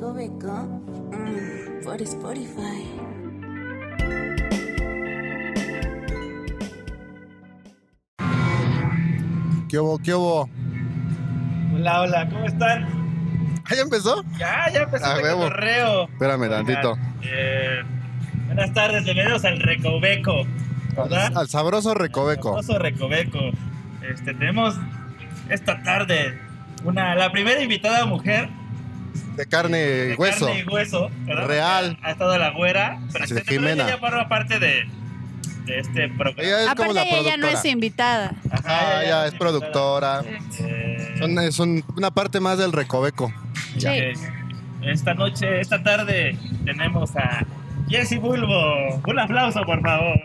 Recoveco por Spotify. ¿Qué hubo? ¿Qué hubo? Hola, hola, ¿cómo están? ¿Ah, ya empezó? Ya empezó el huevo. correo. Espérame tantito. Buenas tardes, bienvenidos al Recoveco, ¿verdad? Al sabroso Recoveco. Famoso Recoveco. Tenemos esta tarde la primera invitada mujer De carne y hueso. carne y hueso, ¿verdad? Real. Ha estado la güera, pero Sí, Jimena. ella forma parte de este programa. Ella es como la Aparte, ella productora. no es invitada. Ajá, Ella es productora. invitada. Es una parte más del Recoveco. Sí. Esta tarde tenemos a Jessy Bulbo. Un aplauso, por favor.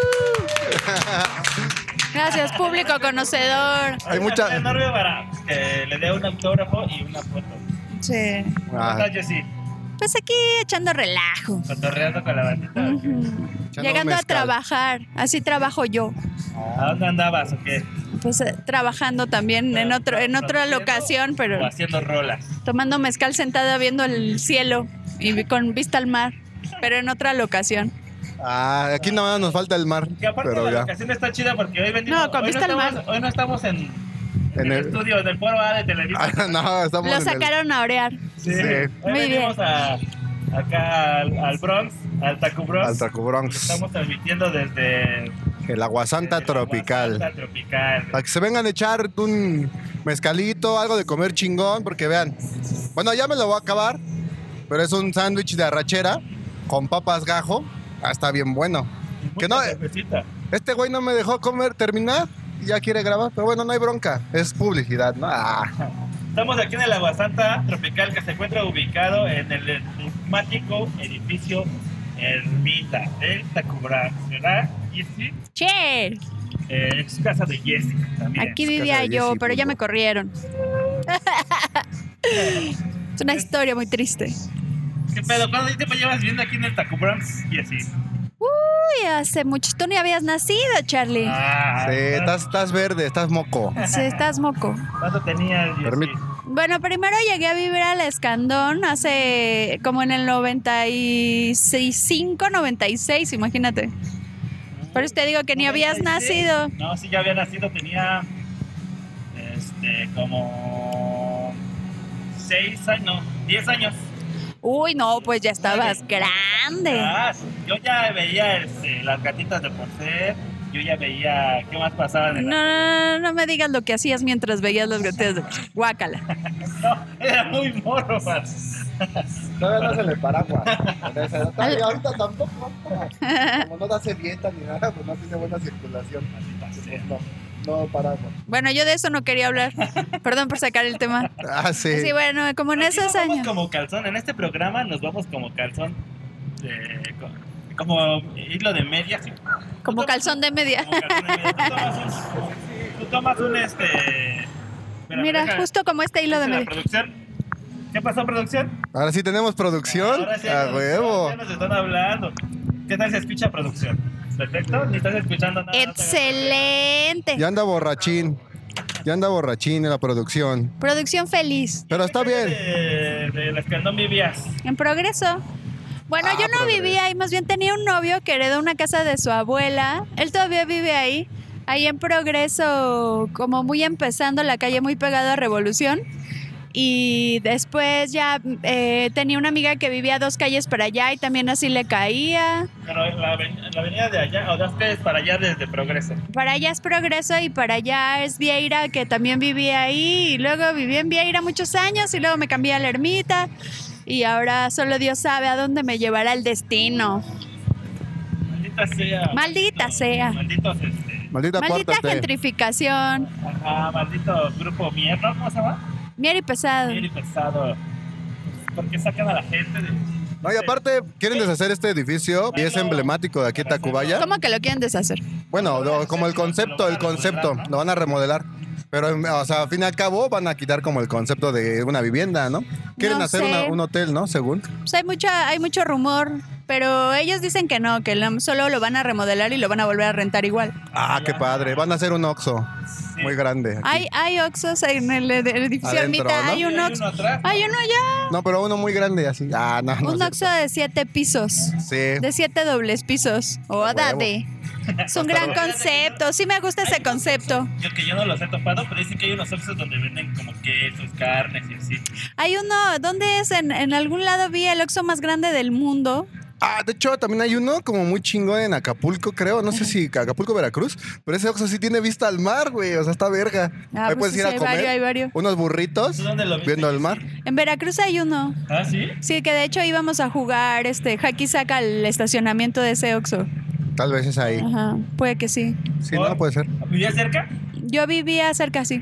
Gracias, público conocedor. Hay mucha- enorme para que le dé un autógrafo y una foto. Sí. ¿Cómo Ah, estás, Jessy? Pues aquí echando relajo. Cotorreando con la bandita. Ujú. echando Llegando a mezcal. trabajar. Así trabajo yo. ¿A dónde andabas o qué? Pues trabajando también en otra ¿Produciendo locación, pero O haciendo rolas. tomando mezcal sentada viendo el cielo y con vista al mar, pero en otra locación. Aquí nada más nos falta el mar. Que aparte Pero la ya. locación está chida porque hoy venimos. No, con hoy vista al mar. Hoy no estamos en el estudio del Foro A de Televisa. No, estamos Lo en el- sacaron a orear. Sí. Sí. Hoy Muy venimos acá al Bronx, al Tacu Bronx. al Tacu Bronx. Estamos transmitiendo desde El Aguasanta desde la tropical. Aguasanta tropical. Para que se vengan a echar un mezcalito, algo de comer chingón, porque vean. Bueno, ya me lo voy a acabar, pero es un sándwich de arrachera con papas gajo. Está bien bueno. Que no, Cervecita. este güey no me dejó terminar y ya quiere grabar, pero bueno, no hay bronca. Es publicidad, ¿no? Estamos aquí en el Aguasanta tropical que se encuentra ubicado en el enigmático edificio Ermita del Tacubra, ¿verdad? Jessy, Che, ex casa de Jessy también. aquí casa vivía de yo, Jessy, pero ya punto. me corrieron. Es una historia muy triste. ¿Qué pedo? ¿Cuánto tiempo llevas viviendo aquí en el Tacubra, Jessy? Uy, hace mucho. Tú ni habías nacido, Charlie. Sí, estás verde, estás moco. Sí, estás moco. ¿Cuánto tenías, Jessy? Bueno, primero llegué a vivir al Escandón hace como en el 95, 96, imagínate. Por eso te digo que ni habías 96. nacido. No, sí, ya había nacido, tenía como 6 años, no, 10 años. Uy, no, pues ya estabas grande. Yo ya veía las gatitas de Porcel, yo ya veía qué más pasaba en No me digas lo que hacías mientras veías los gatos de guácala. No, era muy morro, man. Todavía no se le paraguas. Ahorita tampoco. Como no hace dieta ni nada, pues no tiene buena circulación. Pues no paraguas. Bueno, yo de eso no quería hablar. Perdón por sacar el tema. Sí. Sí, bueno, como en Aquí esos nos vamos años. como calzón, en este programa nos vamos como calzón, como hilo de media. Sí. Como calzón de media. Como calzón de media. Tú tomas un Espera, Mira, deja- justo como este hilo de ¿dice la media. producción? ¿Qué pasó, producción? Ahora sí tenemos producción. Ahora sí hay A producción, huevo. ya nos están hablando. ¿Qué tal se escucha producción? ¿Perfecto? ¿Ni estás escuchando nada? Excelente. Ya anda borrachín. Ya anda borrachín en la producción. Producción feliz. Pero está bien. De las que no vivías. En Progreso. Bueno, yo no Progreso. vivía ahí, más bien tenía un novio que heredó una casa de su abuela. Él todavía vive ahí en Progreso, como muy empezando la calle, muy pegado a Revolución. Y después ya tenía una amiga que vivía 2 calles para allá y también así le caía. Pero la avenida de allá, o 2 calles para allá desde Progreso. Para allá es Progreso y para allá es Vieira, que también vivía ahí. Y luego viví en Vieira muchos años y luego me cambié a la Ermita. Y ahora solo Dios sabe a dónde me llevará el destino. Maldita sea. Maldita sea. Malditos, Maldita Maldita pórtate. gentrificación. ajá, maldito grupo mierda, ¿cómo se llama? Mier y pesado. Mier y pesado. Porque sacan a la gente de... No, y aparte quieren deshacer este edificio y es emblemático de aquí de Tacubaya. ¿Cómo que lo quieren deshacer? Bueno, como el concepto, lo van a remodelar. Pero, o sea, al fin y al cabo van a quitar como el concepto de una vivienda, ¿no? Quieren No hacer sé. un hotel, ¿no? Según. Pues hay mucho rumor, pero ellos dicen que no, que solo lo van a remodelar y lo van a volver a rentar igual. Ah, qué padre. Van a hacer un Oxxo Sí. muy grande. aquí. Hay Oxxos en el edificio Adentro, Ermita, ¿no? hay un Hay Oxxo. uno atrás. Hay uno allá. No, pero uno muy grande así. Ah, no. Un no es Oxxo de 7 pisos. cierto. Sí. De 7 dobles pisos. O A huevo. dade. Es un gran concepto. Sí me gusta ese concepto. Yo no los he topado, pero dicen que hay unos Oxxos donde venden como quesos, carnes y así. Hay uno, ¿dónde es? En algún lado vi el Oxxo más grande del mundo. Ah, de hecho, también hay uno como muy chingón en Acapulco, creo. No sé si Acapulco, Veracruz. Pero ese Oxxo sí tiene vista al mar, güey. O sea, está verga. Ah, Ahí pues puedes sí, ir a hay comer varios, hay varios. unos burritos ¿Tú dónde lo viste? viendo el mar. En Veracruz hay uno. ¿Ah, sí? Sí, que de hecho íbamos a jugar Hacky Saca al estacionamiento de ese Oxxo. Tal vez es ahí. Ajá, puede que sí. Sí, no, puede ser. ¿Vivía cerca? Yo vivía cerca, sí.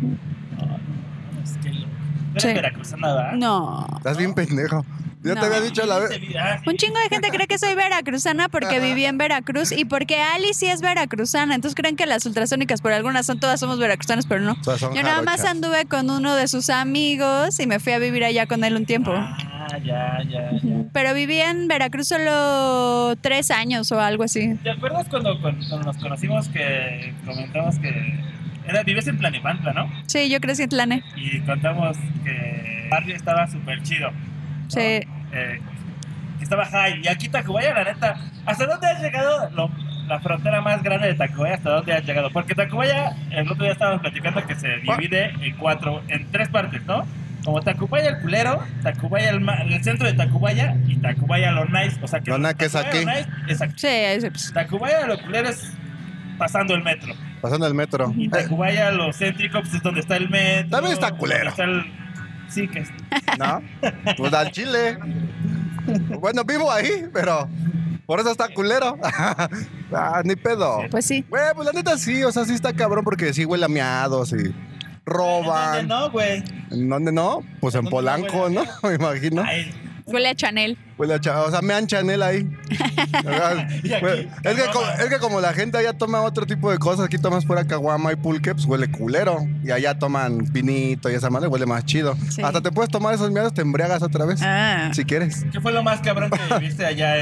Es que ¿no Sí. eres veracruzana, ¿verdad? No. Estás bien pendejo. Yo No. te había dicho la vez. Un chingo de gente cree que soy veracruzana porque viví en Veracruz y porque Ali sí es veracruzana. Entonces creen que las ultrasónicas, por algunas todas somos veracruzanas, pero no. Todas son Yo nada más jarochas. anduve con uno de sus amigos y me fui a vivir allá con él un tiempo. Ah, ya. Pero viví en Veracruz solo 3 años o algo así. ¿Te acuerdas cuando nos conocimos que comentamos que vives en Tlanepantla, ¿no? Sí, yo crecí en Tlane. Y contamos que el barrio estaba súper chido. ¿no? Sí. Que estaba high. Y aquí Tacubaya, la neta, ¿hasta dónde has llegado? La frontera más grande de Tacubaya, ¿hasta dónde has llegado? Porque Tacubaya, el otro día estábamos platicando que se divide en 3 partes, ¿no? Como Tacubaya el culero, Tacubaya el centro de Tacubaya y Tacubaya lo nice. O sea que Lo nice que es Tacubaya aquí. lo nice, exacto. Sí, ahí sí. Tacubaya lo culero es pasando el metro. Pasando el metro. Y Tacubaya lo céntrico pues es donde está el metro. También está culero. donde está sí, que es. ¿No? Pues al chile. Bueno, vivo ahí, pero por eso está culero. Ni pedo. Pues sí. Güey, pues la neta sí, o sea, sí está cabrón porque sí huele a miados y roban. ¿Dónde no, güey? ¿En dónde no? Pues en ¿Dónde no Polanco, huele ¿no? a Me imagino. Ay, Huele a Chanel. Huele a o sea, me han Chanel ahí. Y aquí, Güey, es que como la gente allá toma otro tipo de cosas, aquí tomas pura caguama y pulque, pues huele culero. Y allá toman pinito y esa madre huele más chido. Sí. Hasta te puedes tomar esos miados, te embriagas otra vez. Ah. Si quieres. ¿qué fue lo más cabrón que viviste allá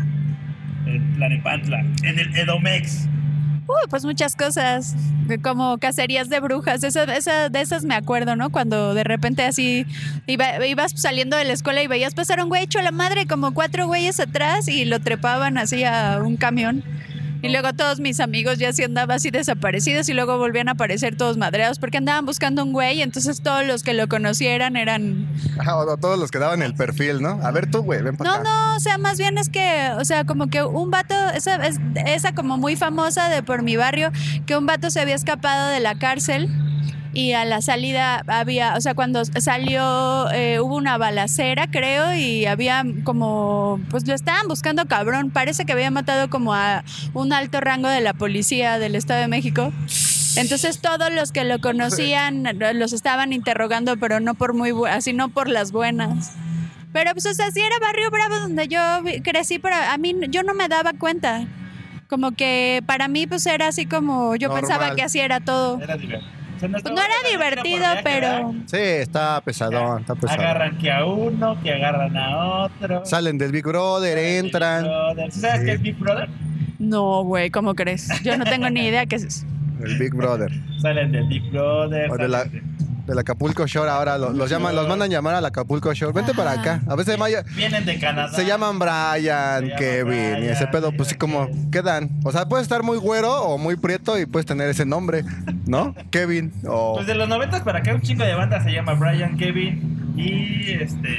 en Tlanepantla? En el Edomex. Pues muchas cosas, como cacerías de brujas, de esas me acuerdo, ¿no? Cuando de repente así ibas saliendo de la escuela y veías pasar un güey hecho a la madre, como 4 güeyes atrás y lo trepaban así a un camión. Y luego todos mis amigos ya sí andaban así desaparecidos y luego volvían a aparecer todos madreados porque andaban buscando un güey y entonces todos los que lo conocieran eran... O todos los que daban el perfil, ¿no? A ver tú, güey, ven para acá. No, o sea, más bien es que, o sea, como que un vato, esa como muy famosa de por mi barrio, que un vato se había escapado de la cárcel y a la salida había, o sea, cuando salió hubo una balacera, creo, y había como, pues lo estaban buscando cabrón, parece que había matado como a un alto rango de la policía del Estado de México. Entonces todos los que lo conocían los estaban interrogando, pero no por así no por las buenas. Pero pues o sea, sí era Barrio Bravo donde yo crecí, pero a mí yo no me daba cuenta. Como que para mí pues era así como yo Normal. pensaba que así era todo. Era divertido. O sea, Pues no era divertido, pero Sí, está pesadón, está pesadón. Agarran que a uno, que agarran a otro. Salen del Big Brother, entran. ¿Sí ¿Sabes Sí. qué es Big Brother? no, güey, ¿cómo crees? Yo no tengo ni idea qué es eso. El Big Brother. Salen del Big Brother. O de del Acapulco Shore ahora los llaman, los mandan llamar al Acapulco Shore. Vente para acá. A veces Vienen de Canadá. se llaman Brian, Kevin y ese pedo, pues sí como quedan. O sea, puedes estar muy güero o muy prieto y puedes tener ese nombre, ¿no? Kevin o Pues de los 90 para acá un chingo de bandas se llama Brian, Kevin y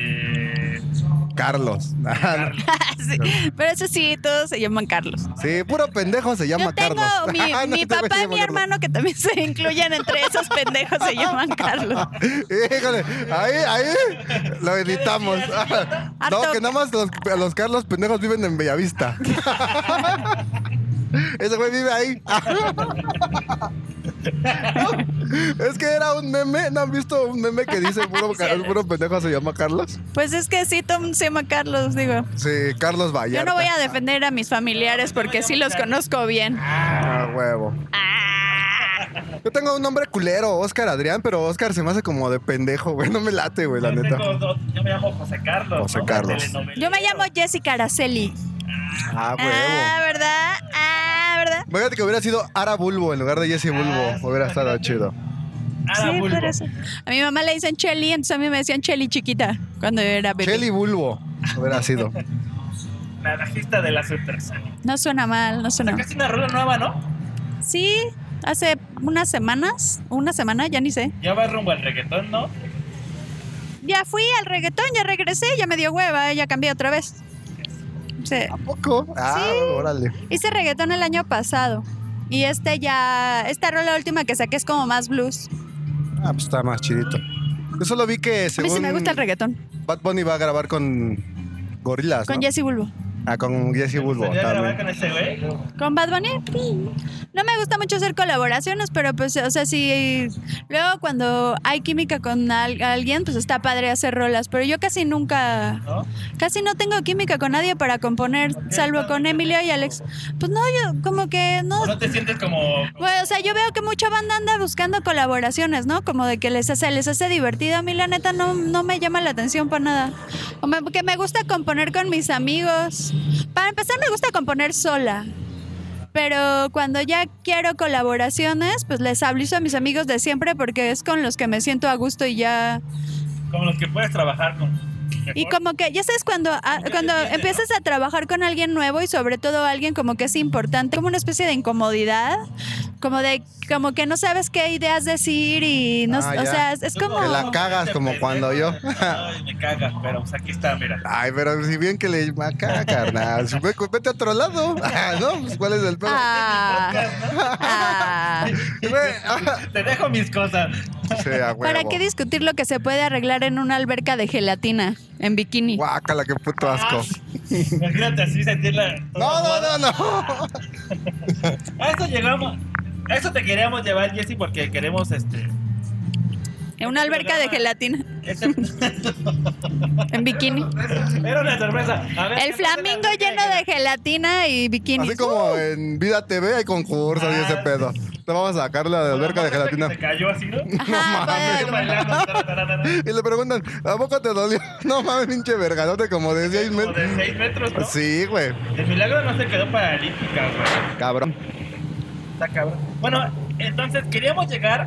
Carlos. Carlos. Sí, pero eso sí, todos se llaman Carlos. Sí, puro pendejo se llama Yo tengo Carlos. mi No, papá este güey y se llama mi Carlos. hermano que también se incluyen entre esos pendejos, se llaman Carlos. Híjole, ahí lo editamos. No, que nada más los Carlos pendejos viven en Bellavista. Ese güey vive ahí. Es que era un meme. ¿No han visto un meme que dice puro pendejo se llama Carlos? Pues es que sí, Tom se llama Carlos, digo. Sí, Carlos Vallarta. Yo no voy a defender a mis familiares porque sí los conozco bien. Ah, huevo. Ah. Yo tengo un nombre culero, Oscar Adrián, pero Oscar se me hace como de pendejo, güey. No me late, güey, la neta. Yo me llamo José Carlos. José ¿no? Carlos. Telenovelero. Yo me llamo Jessica Araceli. Ah, huevo. ¿Verdad? ¿Verdad? Fíjate que hubiera sido Ara Bulbo en lugar de Jesse Bulbo. sí, Hubiera estado imagínate. chido. Ara Sí, Bulbo. por eso. A mi mamá le dicen Chelly, entonces a mí me decían Chelly chiquita cuando yo era bebé. Shelly Bulbo hubiera sido. La bajista de la Supersónica. No suena mal, no suena mal. Sacaste una rola nueva, ¿no? Sí, hace una semana, ya ni sé. Ya vas rumbo al reggaetón, ¿no? Ya fui al reggaetón, ya regresé, ya me dio hueva, ya cambié otra vez. Sí. ¿A poco? Ah, Sí. órale. Hice reggaetón el año pasado. Y esta rola última que saqué es como más blues. Ah, pues está más chidito. Yo solo vi que A mí según sí me gusta el reggaetón. Bad Bunny va a grabar con Gorilas, Con ¿no? Jesse Bulbo. Ah, con Jesse Bulbo ¿Gustaría grabar también. con ese güey? ¿Con Bad Bunny? Sí. No me gusta mucho hacer colaboraciones, pero pues, o sea, sí. Luego cuando hay química con alguien, pues está padre hacer rolas. Pero yo casi nunca, ¿No? casi no tengo química con nadie para componer, salvo con Emilio y Alex. Pues no, yo como que no. ¿O no te sientes como... Bueno, o sea, yo veo que mucha banda anda buscando colaboraciones, ¿no? Como de que les hace divertido. A mí la neta no me llama la atención para nada. Que me gusta componer con mis amigos. Para empezar me gusta componer sola. Pero cuando ya quiero colaboraciones, pues les aviso a mis amigos de siempre porque es con los que me siento a gusto y ya. Como los que puedes trabajar con... Y mejor. como que, ya sabes, cuando empiezas a trabajar con alguien nuevo y sobre todo alguien como que es importante, como una especie de incomodidad, como que no sabes qué ideas decir y no, Ah, o ya. sea, es como... Que la cagas como cuando yo. Ay, me cagas, pero pues aquí está, mira. Ay, pero si bien que le acá, carnal. Vete a otro lado. Ah, ¿no? Pues, ¿cuál es el pedo? Te dejo mis cosas. Sí, a huevo. ¿Para qué discutir lo que se puede arreglar en una alberca de gelatina en bikini? Guácala, qué puto asco. Imagínate así sentirla. No. A eso llegamos. A eso te queríamos llevar, Jessy, porque queremos En una alberca de gelatina este- en bikini. Era una sorpresa. A ver, El ¿qué pasa en la flamingo alberca lleno de gelatina y bikini. Así como en Vida TV hay concursos y ese pedo. Te vamos a sacar la de alberca de gelatina. Se cayó así, ¿no? Ajá, mames. Yo bailando, taratara, Y le preguntan, ¿a poco te dolió? No mames, pinche vergadote como de 6 como de metros. 6 metros, ¿no? Sí, güey. El milagro no se quedó paralítica, güey. Cabrón. Está cabrón. Bueno, entonces queríamos llegar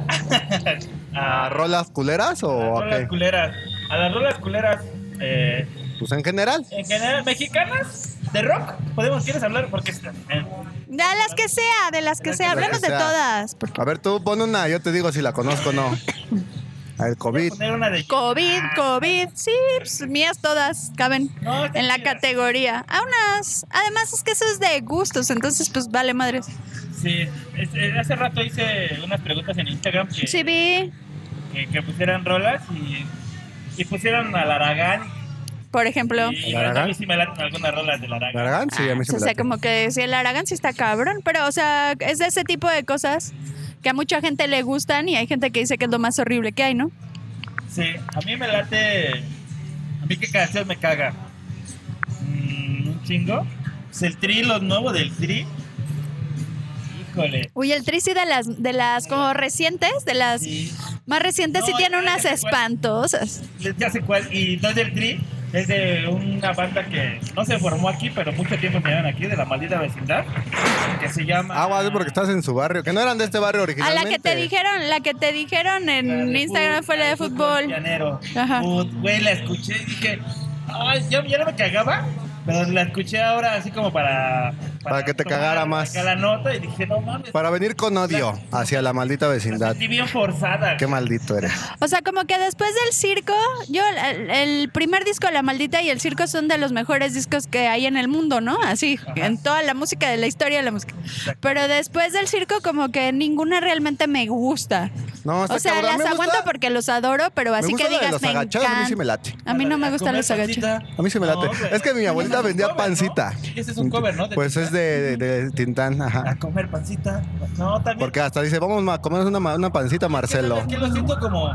¿A rolas culeras o a a las qué? culeras. A las rolas culeras, Pues en general. en general, mexicanas, de rock. ¿Quieres hablar? Porque De las que sea, de las que sea. Hablemos de sea. todas. porque- A ver, tú pon una, yo te digo si la conozco o no. A ver, COVID. poner una de COVID. Sí, pues, mías todas caben No, en la categoría. Además es que eso es de gustos, entonces pues vale madres. Sí, hace rato hice unas preguntas en Instagram Sí vi, que pusieran rolas y pusieron al Aragán. por ejemplo. Y ¿Al Aragán? a mí sí me laten algunas rolas del Aragán. ¿Aragán? Sí, a mí se O me sea, late. como que si el Aragán sí está cabrón, pero o sea, es de ese tipo de cosas que a mucha gente le gustan y hay gente que dice que es lo más horrible que hay, ¿no? Sí, a mí me late. A mí qué canción me caga. Un chingo. Pues el Tri, lo nuevo del Tri. Híjole. Uy, el Tri sí de las como recientes, de las Sí. más recientes, sí No, tiene ya unas sé cuál. espantosas. Ya sé cuál. Y no es del Tri. Es de una banda que no se formó aquí, pero mucho tiempo se llaman aquí, de la maldita vecindad. Que se llama. Ah, guau, porque estás en su barrio. Que no eran de este barrio A originalmente. la que te dijeron La en de Instagram fue la de fútbol. Llanero. Ajá. Güey, la escuché y dije, ay, ya no me cagaba, pero la escuché ahora así como para que te tomar cagara más. acá la nota y dije, no mames. Para venir con odio hacia la maldita La vecindad. sentí bien forzada. Qué maldito eres. O sea, como que después del circo, el primer disco La Maldita y el circo son de los mejores discos que hay en el mundo, ¿no? Así, en toda la música, de la historia de la música. Pero después del circo como que ninguna realmente me gusta. No, está O sea, cabrón. las Me aguanto gusta- porque los adoro, pero me así gusta que la de digas los me agachados, a mí sí me encanta. late. A mí no me A gustan comer los agachados. pancita. A mí sí me late. No, güey. Es que mi abuelita Ese es un vendía cover, ¿no? pancita. Ese es un cover, ¿no? Pues es de Tintán, A ajá. comer pancita. No, también. Porque hasta dice, vamos a comer una pancita, Marcelo. Es que lo siento como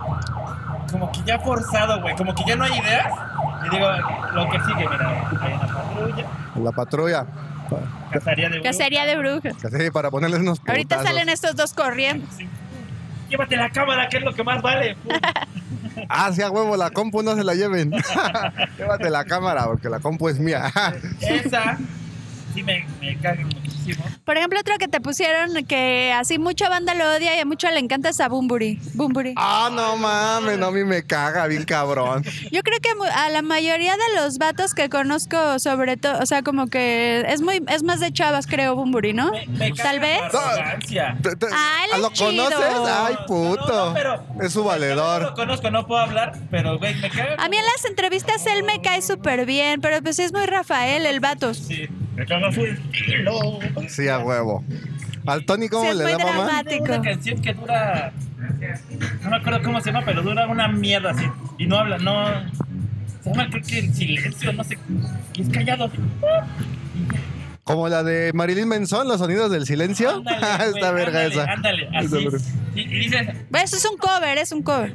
que ya forzado, güey. Como que ya no hay ideas. Y digo, lo que sigue, mira, hay una patrulla. La patrulla. Cacería de brujas. Cacería de brujas. Casi para ponerles unos putazos. Ahorita salen estos dos corriendo. Sí. Llévate la cámara, que es lo que más vale. Ah, sí, a huevo, la compu no se la lleven. Llévate la cámara, porque la compu es mía. Esa sí me caga muchísimo. Por ejemplo, otro que te pusieron que así mucha banda lo odia y a mucho le encanta es a Bumburi. Bumburi. Ah, no mames, no, a mí me caga bien cabrón. Yo creo que a la mayoría de los vatos que conozco, sobre todo, o sea, como que es más de chavas, creo, Bumburi, ¿no? Me caga Tal vez. su arrogancia. Ah, él es ¿Lo chido. conoces? Ay, puto. No, pero es su no valedor. lo conozco, no puedo hablar, pero güey, me caga. A mí en las entrevistas él me cae súper bien, pero pues es muy Rafael, el vato. Sí, me caga su estilo. Sí, a huevo. Al Tony, ¿cómo Sí, es le muy da mamá? dramático. Una canción que dura, no me acuerdo cómo se llama, pero dura una mierda así. Y no habla, no. Se llama, creo que El Silencio, no sé. Y es callado así. Como la de Marilyn Manson, Los Sonidos del Silencio. Ándale, güey, Está verga ándale, esa. Ándale, Esa así. verga. Y dices, Bueno, eso es un cover.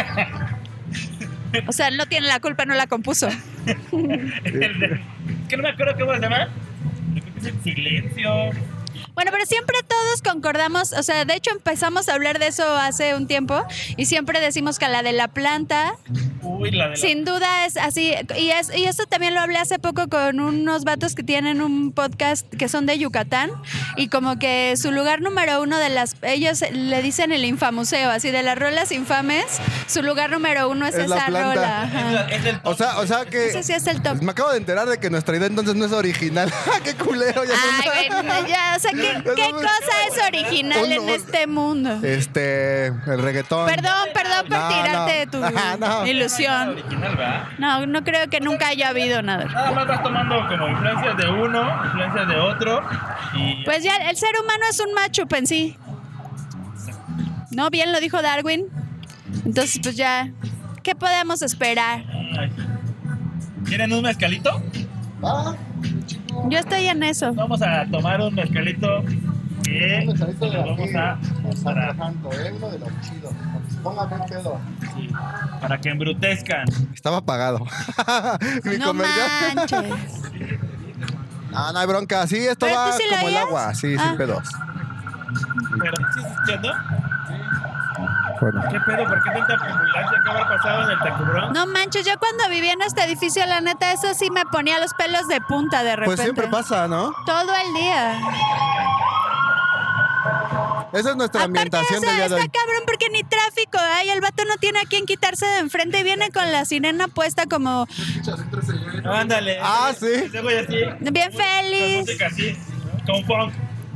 O sea, él no tiene la culpa, no la compuso. es que no me acuerdo cómo se llama. Creo que es El Silencio. Bueno, pero siempre todos concordamos, o sea, de hecho empezamos a hablar de eso hace un tiempo y siempre decimos que la de la planta, Uy, la de la... sin duda es así, y esto también lo hablé hace poco con unos vatos que tienen un podcast que son de Yucatán y como que su lugar número uno ellos le dicen el infamuseo, así de las rolas infames, su lugar número uno es Es la esa planta. rola. Ajá. Es del O sea que. Ese sí es el top. Me acabo de enterar de que nuestra idea entonces no es original. ¡Qué culero! Ya Ay, güey, ya, o sea, ¿qué cosa es original en este mundo? El reggaetón. Perdón por No, tirarte no. de tu Ajá, no. ilusión. original, ¿verdad? No creo que nunca haya habido nada. Nada más vas tomando como influencias de uno, influencias de otro. Y Pues ya, el ser humano es un macho en sí. No, bien lo dijo Darwin. Entonces, pues ya, ¿qué podemos esperar? Ay. ¿Quieren un mezcalito? Ah, Yo estoy en eso. Vamos a tomar un mezcalito que un mezcalito de vamos aquí. a Nos está para, trabajando, uno de los chidos. Para que se ponga bien pedo. sí, para que embrutezcan. Estaba apagado. Mi No comercial. manches. No hay bronca. Sí, esto ¿Pero va tú sí lo como el oías? agua. Sí, Ah. sin pedos. Pero, ¿sí estás escuchando? Bueno. ¿Qué pedo? ¿Por qué tanta ambulancia? ¿Qué habrá pasado en el Tacubrón? No manches, yo cuando vivía en este edificio, la neta, eso sí me ponía los pelos de punta de repente. Pues siempre pasa, ¿no? Todo el día. Esa es nuestra Aparte, ambientación o sea, del día de está hoy. cabrón porque ni tráfico hay. El vato no tiene a quien quitarse de enfrente y viene con la sirena puesta como Ándale. Ah, sí. Ese güey así. bien Con feliz. música así. Con funk.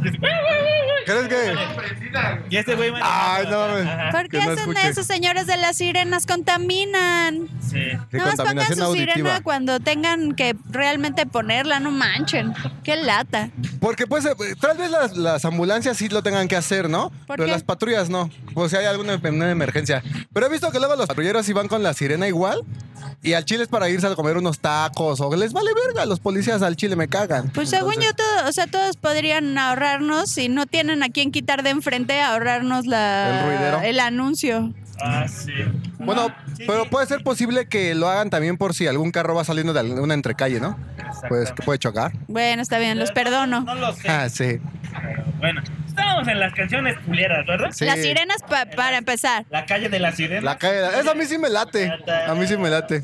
¿Crees que? Y este güey Ay, no mames. Ajá. ¿Por qué Que no hacen escuche. eso, señores de las sirenas? Contaminan. Sí. Qué Nada más pongan contaminación su auditiva. sirena cuando tengan que realmente ponerla, no manchen. Qué lata. Porque pues tal vez las ambulancias sí lo tengan que hacer, ¿no? ¿Por Pero qué? las patrullas no. Pues si hay alguna emergencia. Pero he visto que luego los patrulleros sí van con la sirena igual. Y al chile es para irse a comer unos tacos. O les vale verga. Los policías al chile me cagan. Pues según yo, todos podrían ahorrarnos, si no tienen a quién quitar de enfrente, ahorrarnos El ruidero. el anuncio. Ah, sí. Bueno, Sí, pero sí. puede ser posible que lo hagan también por si algún carro va saliendo de una entrecalle, ¿no? Pues que puede chocar. Bueno, está bien, los perdono. No lo sé. Ah, sí. Pero bueno, estábamos en las canciones culeras, ¿verdad? Sí. Las sirenas para empezar. La calle de la sirena. La calle. Eso a mí sí me late. A mí sí me late.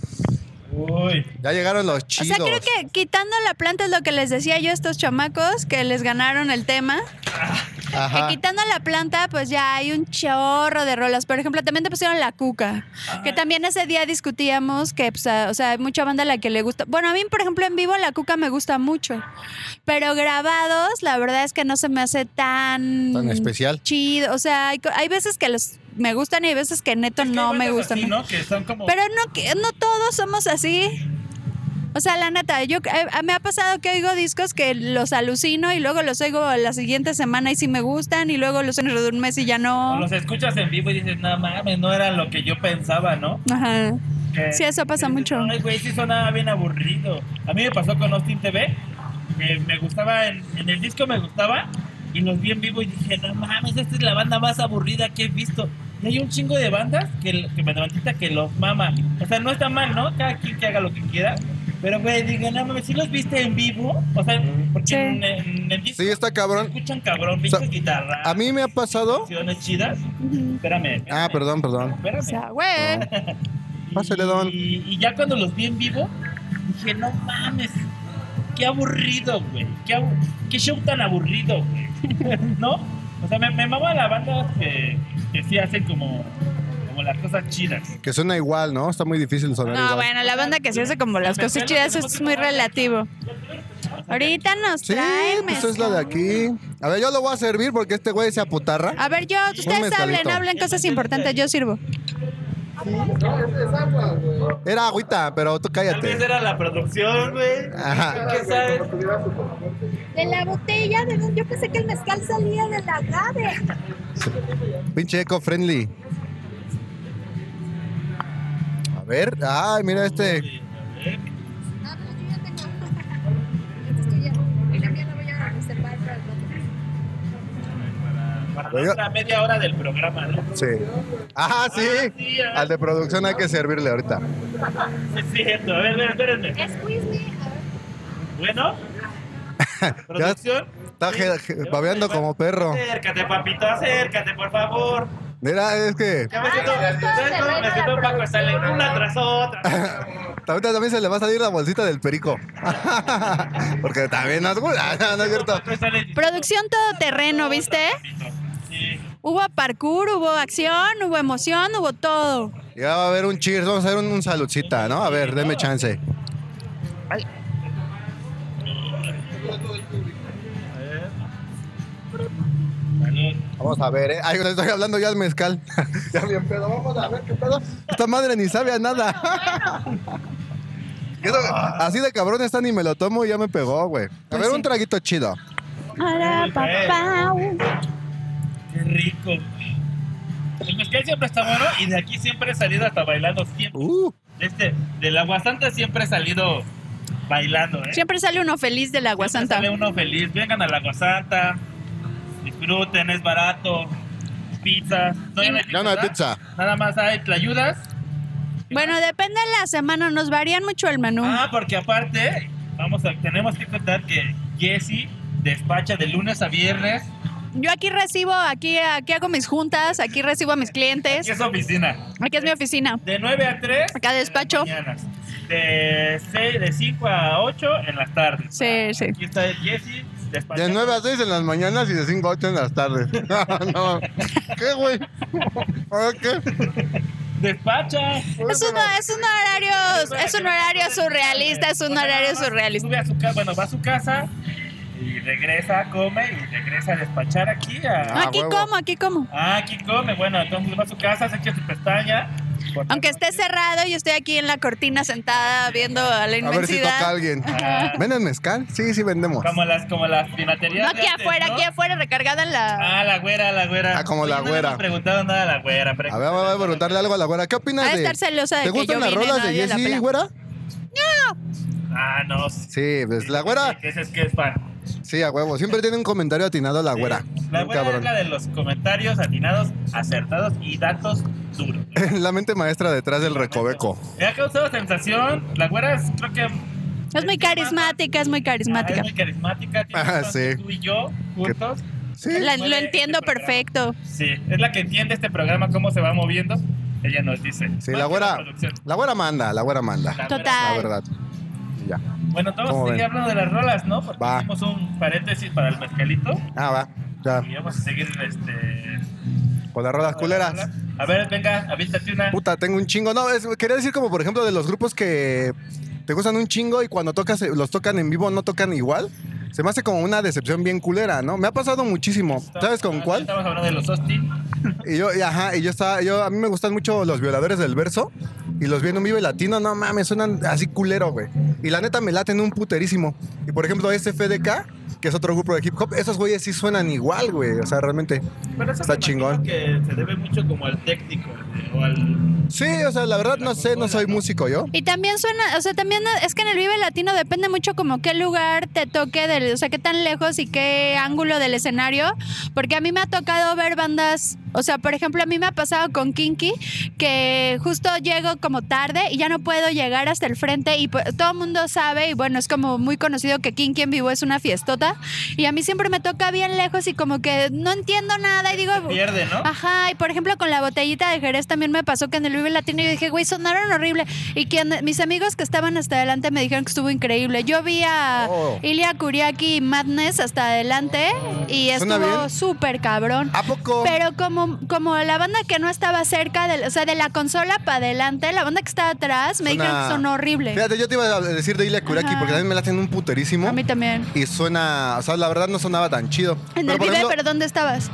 Uy. Ya llegaron los O chidos. sea, creo que quitando la planta es lo que les decía yo a estos chamacos que les ganaron el tema. Ajá. Que quitando la planta, pues ya hay un chorro de rolas. Por ejemplo, también te pusieron La Cuca. Que también ese día discutíamos que, pues, o sea, hay mucha banda a la que le gusta. Bueno, a mí, por ejemplo, en vivo La Cuca me gusta mucho. Pero grabados, la verdad es que no se me hace Tan especial. chido. O sea, hay veces que los me gustan y hay veces que neto Es que no hay me bandas gustan. así, ¿no? Que son como... Pero no todos somos así. O sea, la neta, me ha pasado que oigo discos que los alucino y luego los oigo la siguiente semana y sí me gustan y luego los oigo dentro de un mes y ya O no. los escuchas en vivo y dices, no mames, no era lo que yo pensaba, ¿no? Ajá. Que- Sí, eso pasa que dices, mucho. Ay, güey, sí sonaba bien aburrido. A mí me pasó con Austin TV, que me gustaba, en el disco me gustaba, y los vi en vivo y dije, no mames, esta es la banda más aburrida que he visto. Y hay un chingo de bandas que me levantita que los mama. O sea, no está mal, ¿no? Cada quien que haga lo que quiera. Pero, güey, digo, no mames, ¿sí los viste en vivo? O sea, porque Sí. en el disco Sí, está cabrón. se escuchan cabrón, O sea, pinches guitarras. A mí me ha pasado. Canciones chidas. Espérame. Ah, perdón. O Espérame. sea, güey. Pásale, don. Y ya cuando los vi en vivo, dije, no mames, qué aburrido, güey. Qué show tan aburrido, güey. ¿No? O sea, me mama la banda que sí hacen como las cosas chidas. Que suena igual, ¿no? Está muy difícil sonar No, igual. bueno, la banda que se hace como las cosas chidas es muy relativo. Ahorita nos Sí, traen pues es la de aquí. A ver, yo lo voy a servir porque este güey se aputarra. A ver, ustedes mezcalito. hablen cosas importantes, yo sirvo. Era agüita, pero tú Tal vez cállate. era la producción, güey. Ajá. ¿Qué sabes? De la botella, yo pensé que el mezcal salía del agave. Pinche eco-friendly. A ver. Ay, mira este. Ah, pero yo ya tengo. Esta es tuya. Y la mía la voy a reservar para el otro. Para Oiga. nuestra media hora del programa, ¿no? Sí. Ajá, sí. sí, a ver. Al de producción hay que servirle ahorita. Es cierto. A ver, espérenme. Squeeze me. A ver. Bueno. Producción. Está babeando como perro. Acércate, papito, acércate, por favor. Mira, es que Ya me siento, ¿sabes cómo me siento Paco? Sale una tras otra. ahorita también se le va a salir la bolsita del perico. Porque también nos gusta. No es cierto. Producción todoterreno, ¿viste? Sí. Hubo parkour, hubo acción, hubo emoción, hubo todo. Ya va a haber un cheers. Vamos a hacer un saludcita, ¿no? A ver, denme chance. Salud. Vamos a ver, ¿eh? Ay, le estoy hablando ya al mezcal. Ya bien pedo. Vamos a ver qué pedo. Esta madre ni sabe a nada. Eso, así de cabrón está, ni me lo tomo y ya me pegó, güey. A ver, un traguito chido. Ara, papá. Qué rico. El mezcal siempre está bueno y de aquí siempre he salido hasta bailando. Siempre. Del Aguasanta siempre he salido bailando, ¿eh? Siempre sale uno feliz del Agua Siempre Santa. sale uno feliz. Vengan al Aguasanta. Disfruten, es barato. Pizzas. No, ya no hay Ya no hay ¿verdad? pizza. Nada más hay tlayudas. Bueno, depende de la semana, nos varían mucho el menú. Ah, porque aparte, tenemos que contar que Jessie despacha de lunes a viernes. Yo aquí recibo, aquí hago mis juntas, aquí recibo a mis clientes. Aquí es oficina. Aquí es mi oficina. De 9 a 3. Acá despacho. en las mañanas. De 5 a 8 en las tardes. Sí, sí. Aquí está Jessie despachando. De 9 a 6 en las mañanas y de 5 a 8 en las tardes. No. ¿Qué, güey? ¿Ahora qué? Despacha. Es un horario surrealista, es un horario surrealista. Sube a su casa, bueno, va a su casa y regresa, come y regresa a despachar aquí. Aquí huevo. como, aquí como. Aquí come, bueno, entonces va a su casa, se echa su pestaña. Aunque esté cerrado, yo estoy aquí en la cortina sentada viendo a la A ver si inmensidad. toca alguien. Ah. ¿Venden mezcal? Sí, sí vendemos. Como las pinaterías. No, de aquí antes, afuera, ¿no? aquí afuera, recargada en la... Ah, la güera. Ah, como Oye, la no le güera. hemos preguntado nada a la güera. A ver, voy a preguntarle algo a la güera. ¿Qué Ha opinas de de...? estar celosa de ¿Te que gustan yo las vine, rolas de nadie la Jessie, pela. güera? Ah, no. Sí, pues la güera... Que ese es que es fan. Sí, a huevo. Siempre tiene un comentario atinado la güera. La Bien güera es cabrón. la de los comentarios atinados, acertados y datos duros. La mente maestra detrás del recoveco. Me ha causado sensación. La güera es, creo que... Es muy carismática, es muy Es carismática. muy carismática. Tiene Ah, cosas sí. que tú y yo juntos. Sí. Lo entiendo perfecto. Sí, es la que entiende este programa, cómo se va moviendo. Ella nos dice. Sí, Más la que güera... producción. La güera manda, la güera manda. La Total. güera. La verdad. Y ya. Bueno, vamos ¿Cómo a seguir ven? hablando de las rolas, ¿no? Porque Va. hicimos un paréntesis para el mezcalito. Ah, va. Ya. Y vamos a seguir Con las rolas culeras. A ver, venga, avístate una. Puta, tengo un chingo. No, quería decir como por ejemplo de los grupos que te gustan un chingo y cuando los tocan en vivo no tocan igual. Se me hace como una decepción bien culera, ¿no? Me ha pasado muchísimo. ¿Sabes con cuál? Estamos hablando de los Austin. A mí me gustan mucho los Violadores del Verso y los vi en un Vive Latino, no mames, suenan así culero, güey. Y la neta me laten un puterísimo. Y por ejemplo, FDK, que es otro grupo de hip hop, esos güeyes sí suenan igual, güey. O sea, realmente Pero eso está me imagino chingón. que se debe mucho como al técnico o al... Sí, o sea, la verdad no sé, no soy músico yo. Y también suena, o sea, también es que en el Vive Latino depende mucho como qué lugar te toque, o sea, qué tan lejos y qué ángulo del escenario, porque a mí me ha tocado ver bandas, o sea, por ejemplo, a mí me ha pasado con Kinky, que justo llego como tarde y ya no puedo llegar hasta el frente y pues, todo el mundo sabe, y bueno, es como muy conocido que Kinky en vivo es una fiestota, y a mí siempre me toca bien lejos y como que no entiendo nada y digo... pierde, ¿no? Ajá, y por ejemplo con la botellita de Jerez también me pasó que en el Vive Latino yo dije, güey, sonaron horrible. Y mis amigos que estaban hasta adelante me dijeron que estuvo increíble. Yo vi a Ilia Kuriaki y Madness hasta adelante y ¿Suena estuvo bien? súper cabrón. ¿A poco? Pero como la banda que no estaba cerca, o sea, de la consola para adelante, la banda que estaba atrás, me dijeron que sonó horrible. Fíjate, yo te iba a decir de Ilia Kuriaki Ajá. porque también me la hacen un puterísimo. A mí también. Y suena, o sea, la verdad no sonaba tan chido. En Pero, el por Vive, ejemplo, ¿pero dónde estabas?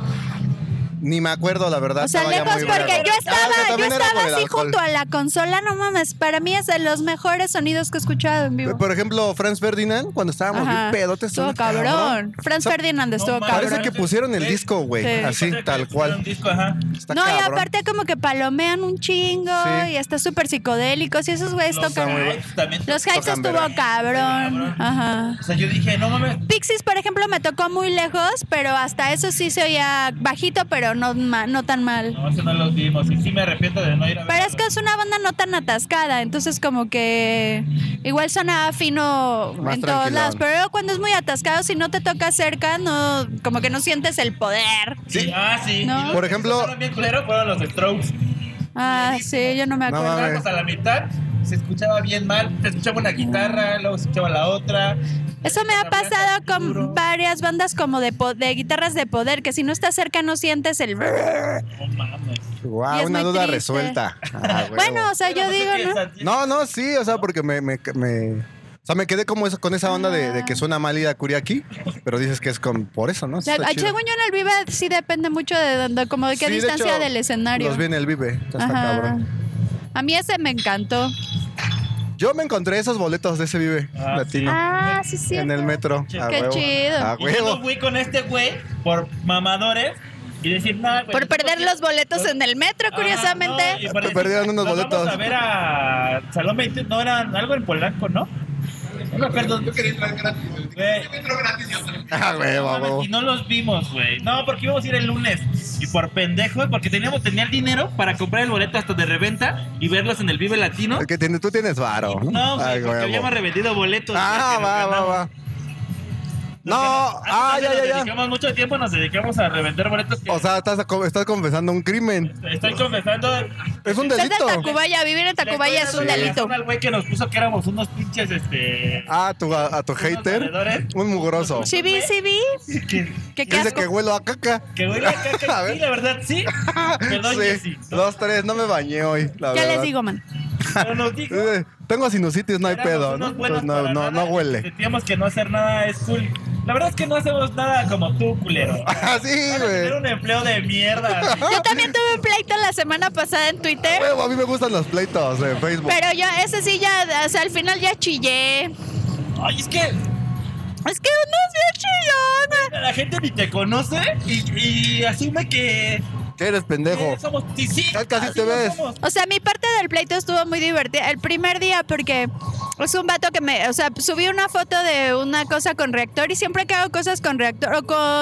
Ni me acuerdo, la verdad. O sea, estaba ya lejos muy porque bravo. yo Ah, estaba, que yo también era estaba por el así alcohol. junto a la consola, no mames, para mí es de los mejores sonidos que he escuchado en vivo. Por ejemplo, Franz Ferdinand, cuando estábamos Ajá. bien pedotes. Estuvo suena cabrón. Franz O sea, Ferdinand estuvo no cabrón. Parece que pusieron el disco, güey. Sí. Así, Parece tal que pusieron un cual. disco, ajá. Está No, y cabrón. aparte como que palomean un chingo Sí. y está súper psicodélicos y esos güeyes Los tocan. Hypes también. Los Hypes tocan estuvo verga. cabrón. Ajá. O sea, yo dije, no mames. Pixies, por ejemplo, me tocó muy lejos, pero hasta eso sí se oía bajito, pero no tan mal. No, eso no los vimos. Y sí me arrepiento de no ir a ver. Pero es que es una banda no tan atascada, entonces como que igual sonaba fino Más en todos tranquilón. lados. Pero luego cuando es muy atascado, si no te toca cerca, no, como que no sientes el poder. Sí. Ah, sí. ¿No? Y los Por que ejemplo- sonaron bien culero fueron los Strokes. Ah, sí, yo no me No acuerdo. mames. Estábamos a la mitad, se escuchaba bien mal. Se escuchaba una guitarra, luego se escuchaba la otra. Eso me ha pasado Duro. con varias bandas como de guitarras de poder, que si no estás cerca no sientes el... No mames. Y Guau, es una muy duda triste. resuelta. Ah, huevo. Bueno, o sea, yo digo, ¿no? No, sí, o sea, porque o sea, me quedé como eso, con esa onda de que suena mal Ilia Kuriaki, pero dices que es por eso, ¿no? O sea, Está chido. según yo en el Vive sí depende mucho de dónde, como de qué Sí, de distancia hecho, del escenario. Los vi en el Vive, está Ajá. cabrón. A mí ese me encantó. Yo me encontré esos boletos de ese Vive Ah, latino Ah, sí, sí. en el metro. Qué A Qué huevo. chido. A Y yo no huevo. fui con este güey por mamadores y decir nada. Por perder los boletos en el metro, curiosamente. Te perdieron unos boletos. Vamos a ver a Salón 20, no era algo en Polanco, ¿no? No me acuerdo. Yo quería entrar gratis. Güey. Metro gratis. A huevo, a huevo. Y no los vimos, güey. No, porque íbamos a ir el lunes. Y por pendejo, porque tenía el dinero para comprar el boleto hasta de reventa y verlos en el Vive Latino. El que tú tienes varo. No, güey, Ay, porque huevo. habíamos revendido boletos. Ah, güey, que nos va, ganamos. va. No, Hace ya. dedicamos mucho tiempo, nos dedicamos a revender boletos. Que O sea, estás confesando un crimen. estoy confesando. Es un Ser de delito. Tacubaya, vivir en Tacubaya es un delito. Al güey que nos puso que éramos unos pinches, Ah, a tu hater. valedores. Un mugroso. Sí vi. Que, Qué Dice asco. que huelo a caca. que huele a caca. A ver. Sí, la verdad, sí. Perdón, Sí, Jessy. 2, 3, no me bañé hoy, la ¿Qué verdad. les digo, man? Pero nos dijo. Tengo sinusitis, no hay éramos pedo, unos ¿no? buenos Entonces, para no nada, huele. Sentíamos que no hacer nada es cool. La verdad es que no hacemos nada como tú, culero. Ah, sí, Van a tener güey. un empleo de mierda. Yo también tuve un pleito la semana pasada en Twitter. Huevo, a mí me gustan los pleitos de Facebook. Pero yo, ese sí ya, o sea, al final ya chillé. Ay, es que Es que uno es bien chillón. la gente ni te conoce y asume que Que eres pendejo. somos. Sí, sí. Casi así te no ves. somos. O sea, mi parte del pleito estuvo muy divertida. El primer día porque es un vato que o sea, subí una foto de una cosa con reactor y siempre que hago cosas con reactor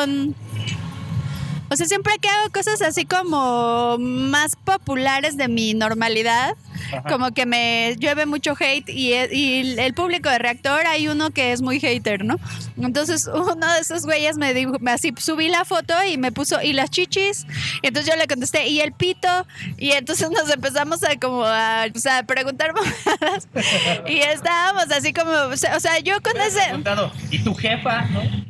o sea, siempre que hago cosas así como más populares de mi normalidad, como que me llueve mucho hate y el público de Reactor hay uno que es muy hater, ¿no? Entonces uno de esos güeyes me dijo, así subí la foto y me puso, ¿y las chichis? Y entonces yo le contesté, ¿y el pito? Y entonces nos empezamos a preguntar mamadas y estábamos así como, o sea, yo con ese... Preguntado, ¿y tu jefa, no? No, pero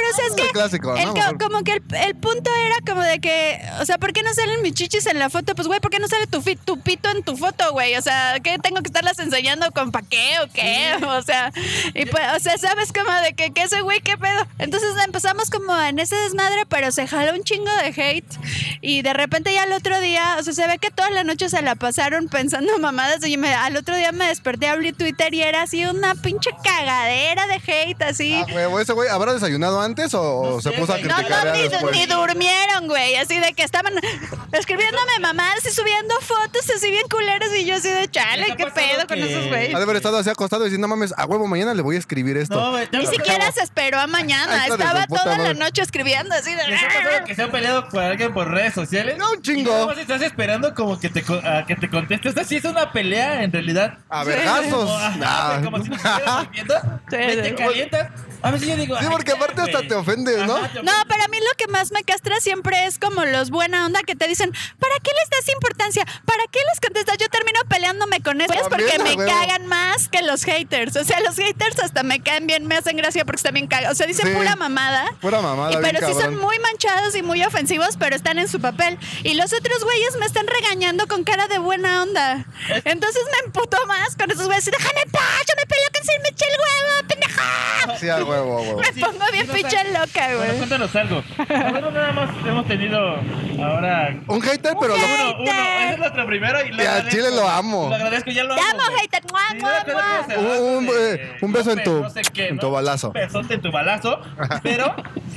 pero o sea, es Es el que clásico, ¿no? Mejor. como que el punto era como de que, o sea, ¿por qué no salen mis chichis en la foto? Pues, güey, ¿por qué no sale tu pito en tu foto, güey? O sea, ¿qué tengo que estarlas enseñando con pa' qué o qué? O sea, y pues, o sea, ¿sabes como de que ese güey qué pedo? Entonces empezamos como en ese desmadre, pero se jaló un chingo de hate y de repente ya al otro día, o sea, se ve que toda la noche se la pasaron pensando mamadas y al otro día me desperté, abrí Twitter y era así una pinche cagadera de hate, así. Ah, huevo, ese güey, ¿habrá desayunado antes o No se sé, puso a güey. criticar ya después? Ni durmieron, güey, así de que estaban escribiéndome mamadas y subiendo fotos así bien culeras y yo así de chale, ¿Les ha qué pasado pedo con que- esos güeyes. Ha de haber estado así acostado y diciendo, no mames, a huevo, mañana le voy a escribir esto. No, güey, Ni siquiera se esperó a mañana, Hijo de su estaba puta toda la madre. noche escribiendo así de... ¿Les ha pasado que se han peleado con alguien por redes sociales? No, un chingo. Y nada más estás esperando como que a que te conteste. O sea, sí es una pelea en realidad. A vergazos. Como, ajá, Nah. como si nos estuviéramos viendo. Sí, Te sí. calientas. A veces yo digo. Sí, ay, porque ya, aparte hasta güey. te ofendes, ¿no? Ajá, te No, pero a mí lo que más me castra siempre es como los buena onda que te dicen, ¿para qué les das importancia? ¿Para qué les contestas? Yo termino peleándome con eso También, porque a me huevo. cagan más que los haters. O sea, los haters hasta me caen bien, me hacen gracia porque están bien cagados. O sea, dicen Sí. pura mamada. Pura mamada, Y- bien pero sí son cabrón. muy manchados y muy ofensivos, pero están en su papel. Y los otros güeyes me están regañando con cara de buena onda. Entonces me emputo más con esos güeyes. ¡Déjame en paz! ¡Yo me peleo con Sir me eché el huevo, pendeja! Sí, a huevo, a huevo. Me pongo bien dinos pinche algo. loca, Bueno, güey. cuéntanos algo. Nosotros nada más hemos tenido ahora. Un hater, pero Uno. Ese es nuestro primero y lo Y al agradezco. chile lo amo. Lo agradezco, ya lo Te amo. amo, güey. hater. ¡Mua, Sí, mua, no recuerdo mua! cómo se llama, Un beso en tu- no sé qué, en ¿no? tu balazo. Un besote en tu balazo. Pero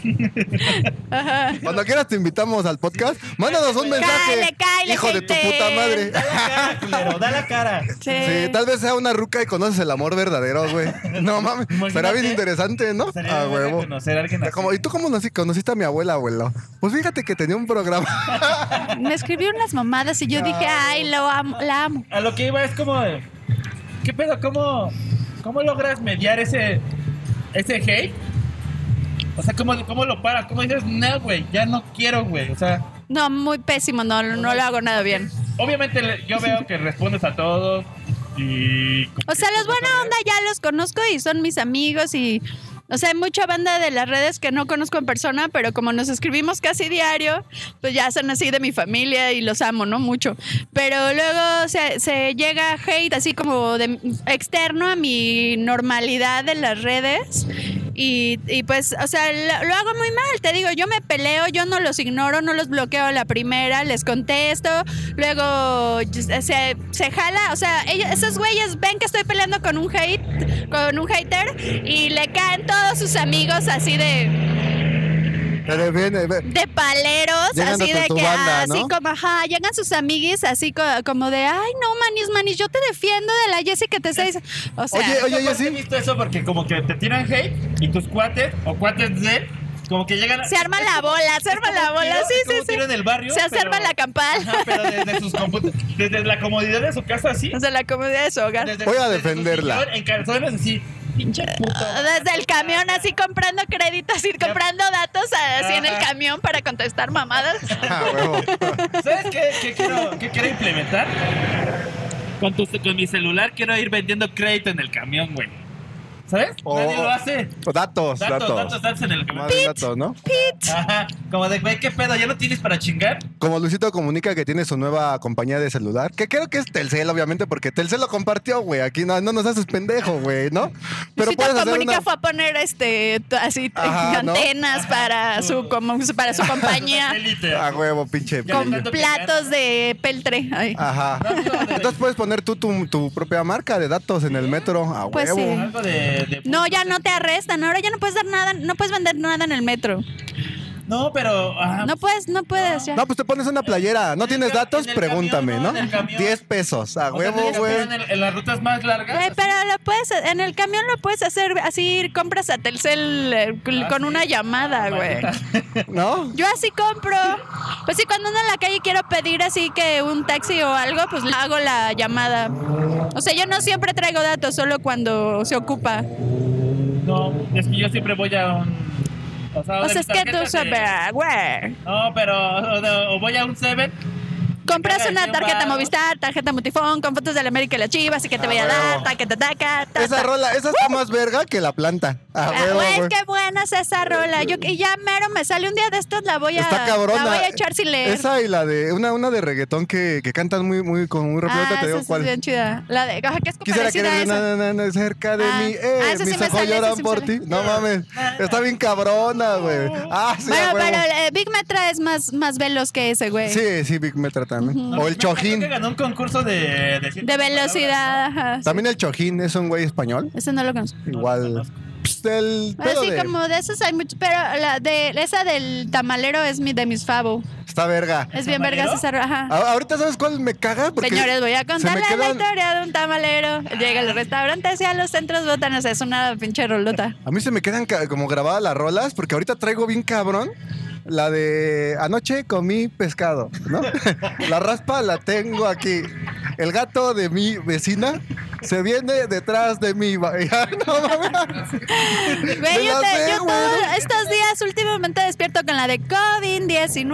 Ajá. Cuando quieras te invitamos al podcast. Mándanos un mensaje. Cáele, Hijo de tu hater. puta madre. da la cara, culero, da la cara. Sí. Sí, tal vez sea una ruca y conoces el amor verdadero, güey. No mames. Imagínate. Será bien interesante, ¿no? Sería A bueno huevo. conocer a alguien así. ¿Y tú cómo conociste a mi abuela, abuelo? Pues fíjate que tenía un programa. Me escribió unas mamadas y yo dije, ay, lo amo, la amo. A lo que iba es como de, ¿qué pedo? ¿Cómo logras mediar ese hate? O sea, ¿cómo lo paras? ¿Cómo dices, no, güey, ya no quiero, güey? O sea, No, muy pésimo, no lo hago nada bien. obviamente yo veo que respondes a todos y... O sea, los buena onda ya los conozco y son mis amigos y... O sea, hay mucha banda de las redes que no conozco en persona, pero como nos escribimos casi diario, pues ya son así de mi familia y los amo, ¿no? Mucho. Pero luego se llega hate así como de externo a mi normalidad de las redes y pues, o sea, lo hago muy mal, te digo, yo me peleo, yo no los ignoro, no los bloqueo a la primera, les contesto, luego se jala, o sea, esos güeyes ven que estoy peleando con un hater y le caen todos sus amigos así Te defiende, ve. de paleros, Llegan así de de tu que banda, así ¿no? como, ajá, llegan sus amiguis así como de, ay, no, manis, yo te defiendo de la Jessie que te está diciendo. O sea, Oye, Yo sí sí. he visto eso porque como que te tiran hate y tus cuates o cuates de él, como que llegan... se arma la bola, es como un tiro, es como un tiro en el barrio, Se pero- arma la campal. Ajá, pero desde la comodidad de su casa así. O sea, la comodidad de su hogar. Voy a desde su defenderla. sillón, en calzones así, pinche puto. Desde el camión así comprando créditos, así comprando datos así en el Ajá. camión para contestar mamadas. Ah, huevo. ¿Sabes qué quiero implementar? Con mi celular quiero ir vendiendo crédito en el camión, güey. ¿Sabes? Nadie lo hace. Datos Datos en el camión. Más bien datos, ¿no? Ajá. Como de, güey, ¿qué pedo? ¿Ya no tienes para chingar? Como Luisito comunica que tiene su nueva compañía de celular, que creo que es Telcel, obviamente, porque Telcel lo compartió, güey. Aquí no nos haces pendejo, güey, ¿no? Pero Luisito puedes hacer Comunica una... fue a poner así Ajá, ¿no? antenas para su compañía Satélite. A huevo, pinche. Ya con de tanto que platos de peltre. Ay. Ajá. Entonces puedes poner tú tu propia marca de datos en el metro. A Pues huevo. sí. Algo de No, ya no te arrestan. Ahora ya no puedes dar nada, no puedes vender nada en el metro. No, pero... ajá. No puedes ya. No, pues te pones una playera. ¿No En el tienes datos? en el Pregúntame, camión, ¿no? en el camión. 10 pesos. A O sea, huevo, tienes que güey. poner en las rutas más largas. Pero en el camión lo puedes hacer así, compras a Telcel con sí. una llamada, güey. ¿No? Yo así compro. Pues sí, cuando ando en la calle quiero pedir así que un taxi o algo, pues hago la llamada. O sea, yo no siempre traigo datos, solo cuando se ocupa. No, es que yo siempre voy a un... O sea, O de sea, mis es que tú tarjetas de- sabes, güey. No, pero o voy a un 7. Compras Carga una 100 tarjeta varos. Movistar, tarjeta Multifón, con fotos de la América y la Chivas, y que te voy a dar, huevo. taca, taca, taca, Esa rola, esa está más verga que la planta. Güey, qué buena es esa rola. Y ya mero me sale un día de estos, Está cabrona. la voy a echar sin leer. Esa y la de una de reggaetón que cantan muy rápido. Ahorita te digo esa cuál. es bien chida. La de, que es Quisiera parecida a querer esa. cerca de mí. esa sí Mis me ojos sale, esa lloran sí me por sale. ti. No mames. Está bien cabrona, güey. Sí, Bueno, a huevo. pero Big Metra es más veloz que ese, güey. Sí, Big Metra también. O el Creo Chojín. que ganó un concurso de De velocidad, ajá. También el Chojín es un güey español. Ese no lo conozco. Igual. Pues, el pedo Así de... como de esos hay muchos, pero esa del tamalero es de mis favo. Está verga. Es bien ¿Tamalero? vergas esa, ajá. Ahorita, ¿sabes cuál me caga? Porque Señores, voy a se me contarles la quedan- historia de un tamalero. Llega al restaurante y a los centros botanos. Es una pinche rolota. A mí se me quedan como grabadas las rolas porque ahorita traigo bien cabrón la de anoche comí pescado, ¿no? La raspa la tengo aquí. El gato de mi vecina se viene detrás de mí. No mames. Güey, Me yo la sé, todos güey. estos días últimamente despierto con la de COVID-19.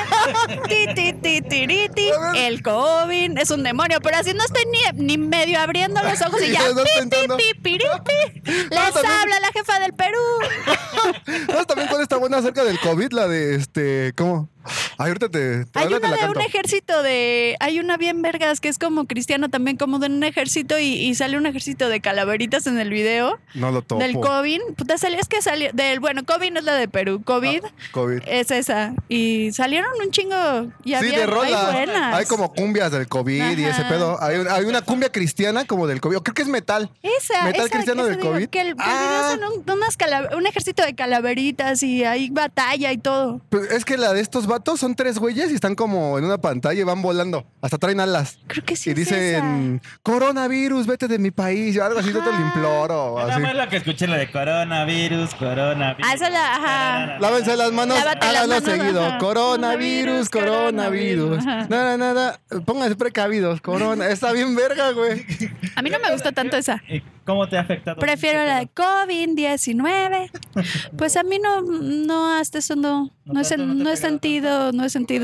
Ti, el COVID es un demonio, pero así no estoy ni medio abriendo los ojos y ya. Ya estás pensando. Les también- habla la jefa del Perú. ¿Sabes también cuál está buena acerca del COVID? La de ¿cómo? Ay, ahorita Hay ahorita te una la de canto. un ejército hay una bien vergas que es como cristiana también, como de un ejército y sale un ejército de calaveritas en el video. No lo topo. Del COVID. Puta, es que salió, bueno, COVID no es la de Perú, COVID COVID. es esa. Y salieron un chingo y Sí, había de rolas. hay buenas. Hay como cumbias del COVID y Ajá. ese pedo. Hay una cumbia cristiana como del COVID. Creo que es metal. Metal cristiano del digo, COVID. Que el video son un ejército de calaveritas y hay batalla y todo. Pero es que la de estos vatos son 3 güeyes y están como en una pantalla y van volando. Hasta traen alas. Creo que sí. Y es dicen, coronavirus, vete de mi país. O algo así, yo te lo imploro. Nada Así. más lo que escuché, la de coronavirus. esa ajá. Lávense las manos, Lávate las háganlo manos, seguido. ajá. Coronavirus. Ajá. Nada. Pónganse precavidos. Corona. Está bien verga, güey. A mí no me gustó tanto esa. ¿Y cómo te ha afectado? Prefiero la de COVID-19. Pues a mí no hasta eso no he sentido.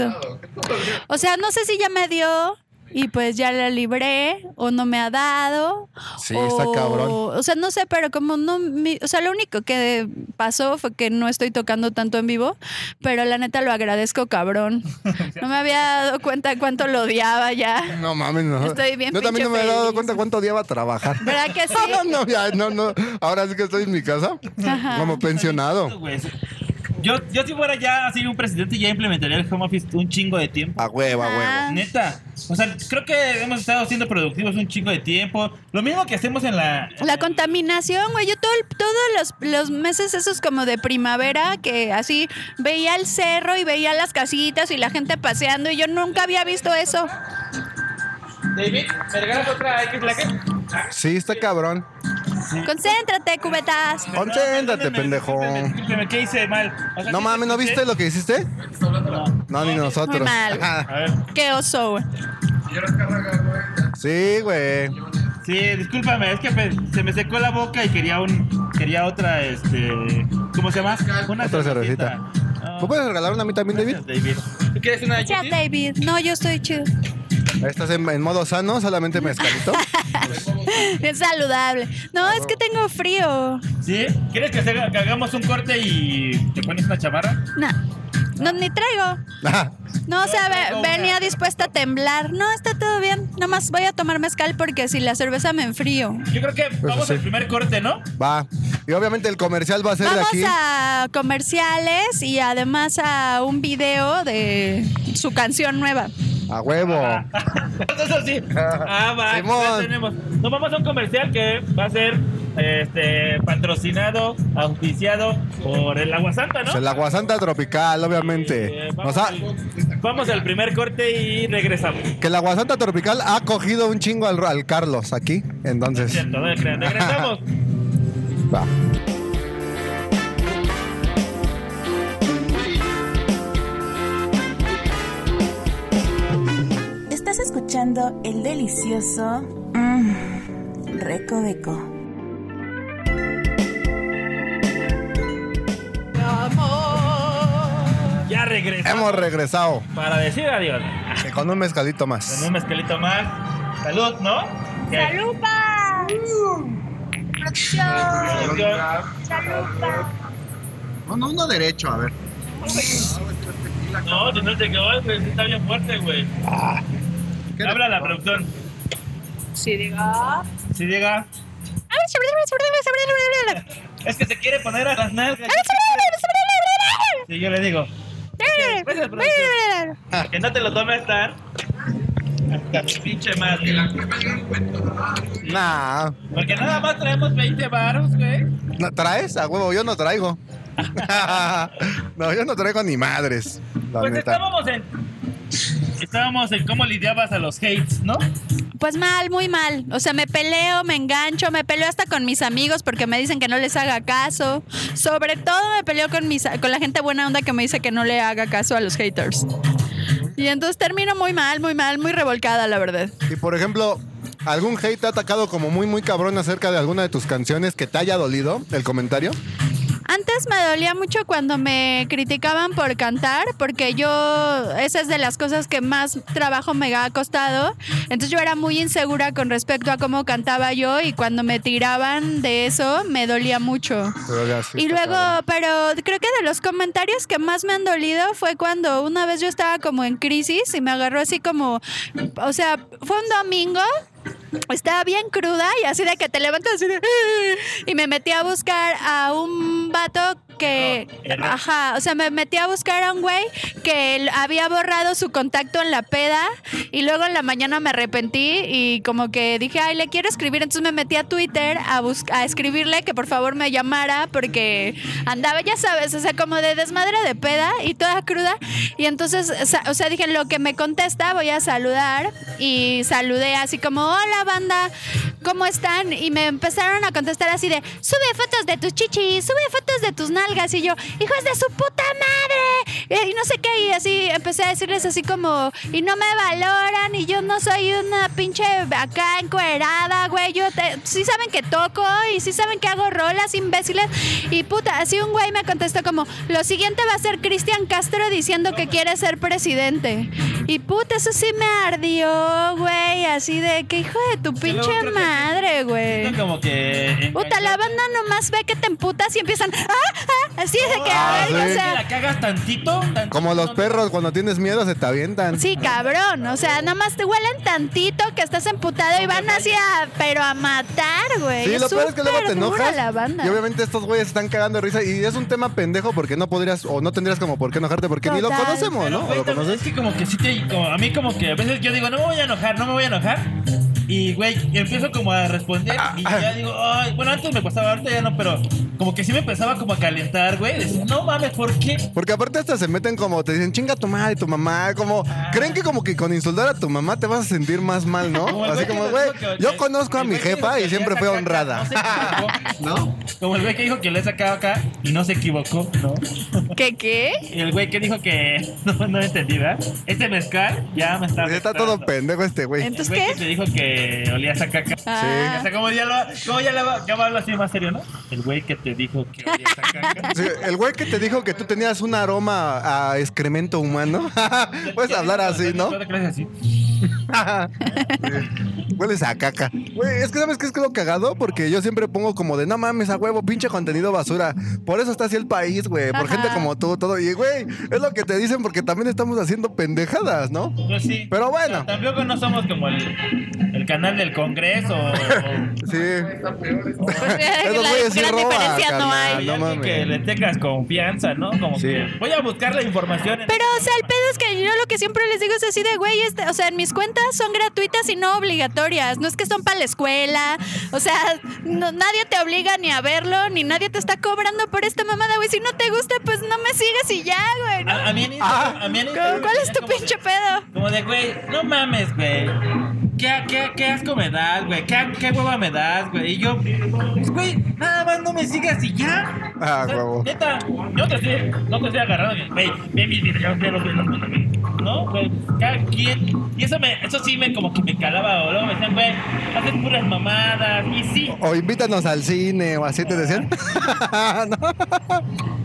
O sea, no sé si ya me dio y pues ya la libré o no me ha dado. Sí, está cabrón. O sea, no sé, pero como o sea, lo único que pasó fue que no estoy tocando tanto en vivo, pero la neta lo agradezco, cabrón. No me había dado cuenta cuánto lo odiaba ya. No mames, no. Estoy bien Yo también no me pinche había dado feliz. cuenta cuánto odiaba trabajar. ¿Verdad que sí? No. Ahora sí que estoy en mi casa. Ajá. Como pensionado. Güey, Yo si fuera ya así un presidente ya implementaría el home office un chingo de tiempo. A huevo, a Ah. huevo. Neta. O sea, creo que hemos estado siendo productivos un chingo de tiempo. Lo mismo que hacemos en la... La contaminación, güey. Yo todos los meses esos como de primavera, que así veía el cerro y veía las casitas y la gente paseando y yo nunca había visto eso. David, ¿me regalas otra X la que? Sí, está cabrón. Concéntrate, cubetas. Concéntrate, pendejo. Discúlpeme, ¿qué hice mal? O sea, No ¿sí mames, ¿no escuché? viste lo que hiciste? No, ni nosotros. Muy mal. Ajá. A ver. Qué oso, güey. Sí, güey. Sí, discúlpame, es que se me secó la boca y quería otra, ¿cómo se llama? Una Otra cervecita. No. ¿Me puedes regalar una a mí también, David? Gracias, David. ¿Tú quieres una Ya, Yuki? David. No, yo estoy chido. Estás en modo sano, solamente mezcalito. Es saludable. No, es que tengo frío. ¿Sí? ¿Quieres que hagamos un corte y te pones una chamarra? No, ni traigo. Ajá. No, o sea, venía dispuesta a temblar. No, está todo bien. Nada más voy a tomar mezcal porque si la cerveza me enfrío. Yo creo que vamos sí. al primer corte, ¿no? Va. Y obviamente el comercial va a ser de Vamos aquí. a comerciales y además a un video de su canción nueva. A huevo. Eso sí. Ah, va. Simón. Ya tenemos. Nos vamos a un comercial que va a ser patrocinado, auspiciado por el Agua Santa, ¿no? Pues el agua santa tropical, obviamente. Vamos al primer corte y regresamos. Que el agua santa tropical ha cogido un chingo al Carlos aquí. Entonces. Cierto, no me crean. Regresamos. Va. Estás escuchando el delicioso Recoveco. Ya regresamos. Hemos regresado. Para decir adiós. Que con un mezcalito Con más. un mezcalito más. Salud, ¿no? ¿Qué? ¡Salupa! Producción. Chalupa. No, uno derecho, a ver. No, no te quedó, güey. Está bien fuerte, güey. Habla la producción. Sí, diga. Si llega. Es que se quiere poner a las nalgas. Sí, yo le digo. Gracias, producción. Que no te lo tomes tan. Hasta mi pinche madre. Nah. Porque nada más traemos 20 varos, güey. ¿No ¿Traes? A huevo, yo no traigo. No, yo no traigo ni madres. La Pues neta. estábamos en cómo lidiabas a los hates, ¿no? Pues mal, muy mal. O sea, me peleo, me engancho, me peleo hasta con mis amigos porque me dicen que no les haga caso. Sobre todo me peleo con la gente buena onda que me dice que no le haga caso a los haters. Y entonces termino muy mal, muy revolcada, la verdad. Y por ejemplo, ¿algún hate te ha atacado como muy cabrón acerca de alguna de tus canciones que te haya dolido el comentario? Antes me dolía mucho cuando me criticaban por cantar, porque esa es de las cosas que más trabajo me ha costado. Entonces yo era muy insegura con respecto a cómo cantaba yo y cuando me tiraban de eso me dolía mucho. Y luego, pero creo que de los comentarios que más me han dolido fue cuando una vez yo estaba como en crisis y me agarró así como, o sea, fue un domingo. Estaba bien cruda y así de que te levantas así de... Y me metí a buscar a un vato que... Ajá, o sea, me metí a buscar a un güey que había borrado su contacto en la peda y luego en la mañana me arrepentí y como que dije, ay, le quiero escribir. Entonces me metí a Twitter a escribirle que por favor me llamara porque andaba, ya sabes, o sea, como de desmadre de peda y toda cruda. Y entonces, o sea, dije, lo que me contesta voy a saludar y saludé así como, hola banda, ¿cómo están? Y me empezaron a contestar así de, sube fotos de tus chichis, sube fotos de tus nalgas. Y yo, hijos de su puta madre. Y no sé qué, y así empecé a decirles así como, y no me valoran, y yo no soy una pinche acá encuerada, güey. Sí saben que toco, y sí saben que hago rolas, imbéciles. Y puta, así un güey me contestó como, lo siguiente va a ser Cristian Castro diciendo que quiere ser presidente. Y puta, eso sí me ardió, güey, así de que hijo de tu pinche madre, güey. Como que... Puta, la banda nomás ve que te emputas y empiezan, así de que, a ver, sí. o sea... ¿La cagas tantito? Como los perros, cuando tienes miedo se te avientan. Sí, cabrón, o sea, nada más te huelen tantito que estás emputado y van así pero a matar, güey. Sí, lo peor es que luego te súper dura enojas. la banda. Y obviamente estos güeyes están cagando de risa. Y es un tema pendejo porque no podrías o no tendrías como por qué enojarte porque ni lo Total. conocemos, Pero, ¿no? güey, ¿O lo conoces? es que como que sí a mí como que a veces yo digo, no me voy a enojar. Y, güey, empiezo como a responder y ya digo, ay, bueno, antes me costaba, ahorita ya no, pero como que sí me empezaba como a calentar, güey. Decía, no mames, ¿por qué? Porque aparte hasta se meten como, te dicen, chinga tu madre y tu mamá. Como, creen que como que con insultar a tu mamá te vas a sentir más mal, ¿no? Como el Así güey como, que güey, dijo que- yo conozco a el mi güey que jefa dijo y que siempre le fue saca honrada. acá, no se equivocó. ¿No? Como el güey que dijo que le sacaba acá y no se equivocó, ¿no? ¿Qué? Y el güey que dijo que no entendí, ¿verdad? Este mezcal ya me está... Está todo pendejo este güey. El Entonces, güey que ¿qué? te dijo que olías a caca. Ah. O sea, como ya va a hablar así más serio, ¿no? El güey que te dijo que olías a caca. Sí, el güey que te dijo que tú tenías un aroma a excremento humano. Puedes hablar así, ¿no? Así. Hueles a caca. Güey, es que ¿sabes qué es lo cagado? Porque yo siempre pongo como de, no mames, a huevo, pinche contenido basura. Por eso está así el país, güey. Por Ajá. gente como tú, todo. Y, güey, es lo que te dicen porque también estamos haciendo pendejadas, ¿no? Pues sí. Pero bueno. Tampoco no somos como el canal del Congreso Sí. Pues, güeyes sí gran roban, diferencia no carnal. hay. No mames. que le tengas confianza, ¿no? Como Sí. que voy a buscar la información. Pero, o sea, el pedo es que yo lo que siempre les digo es así de, güey, o sea, en mis cuentas son gratuitas y no obligatorias. No es que son para la escuela. O sea, nadie te obliga ni a verlo, ni nadie te está cobrando por esta mamada, güey. Si no te gusta, pues no me sigas y ya, güey, ¿no? A mí en Instagram, ¿Cuál es tu como de- pinche pedo? Como de, güey, no mames, güey. ¿Qué asco me das, güey? ¿Qué hueva me das, güey? Y yo, pues, güey, nada más no me sigas y ya. Ah, huevo. Neta, yo no te estoy agarrando, güey. Ve mis videos, ve los ¿no? Güey, cada quien. Y eso sí me como que me calaba. O luego me decían, güey, haces puras mamadas. Y sí. O invítanos al cine o así te decían.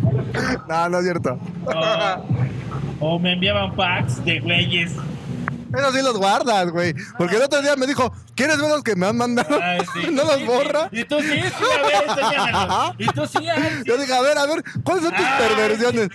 No, no es cierto. O me enviaban packs de güeyes Esos sí los guardas, güey. Porque el otro día me dijo, ¿quieres ver los que me han mandado? Ay, sí. ¿No los Sí, borra? sí. Y tú sí, a ver, enséñamelo. Y tú sí, ay, sí. Yo dije, a ver, ¿cuáles son tus perversiones?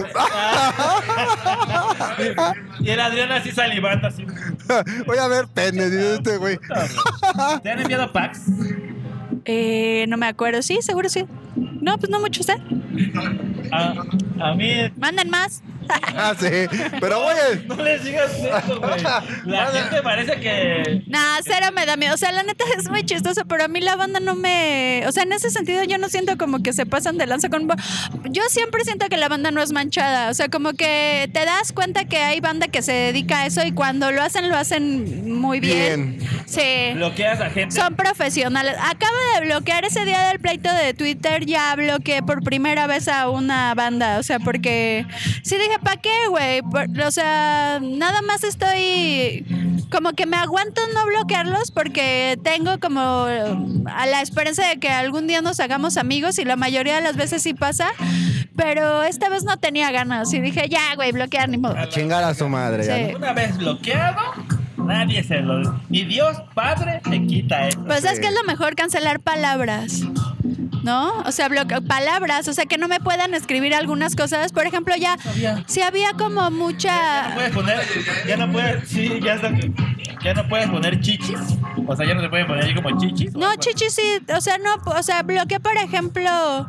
Y el Adrián así salivando, así. Voy a ver penes, dice este güey. ¿Te han enviado packs? No me acuerdo. Sí, seguro sí. No, pues no muchos, ¿eh? A mí... Manden más. Ah, sí. Pero, oye, No les digas eso, güey. La gente parece que... Nah, cero me da miedo. O sea, la neta es muy chistoso, pero a mí la banda no me... O sea, en ese sentido yo no siento como que se pasan de lanza con... Yo siempre siento que la banda no es manchada. O sea, como que te das cuenta que hay banda que se dedica a eso y cuando lo hacen muy bien. Sí. bloqueas a gente. Son profesionales. Acabo de bloquear ese día del pleito de Twitter, ya bloqueé por primera vez a una banda. O sea, porque sí dije, ¿para qué, güey? O sea, nada más estoy como que me aguanto no bloquearlos porque tengo como a la esperanza de que algún día nos hagamos amigos y la mayoría de las veces sí pasa, pero esta vez no tenía ganas y dije, ya, güey, bloquear ni modo. a chingar a su madre. Sí. Ya, ¿no? Una vez bloqueado, nadie se lo... Ni Dios Padre te quita eso. Pues es que es lo mejor cancelar palabras, ¿no? O sea, palabras, o sea, que no me puedan escribir algunas cosas. Por ejemplo, ya, si había como Ya no mucha... puedes poner... Ya no puedes... Sí, ya no puedes poner chichis. O sea, ya no se puede poner ahí como chichis. No, chichi, sí, o sea, no, o sea, bloqueé, por ejemplo...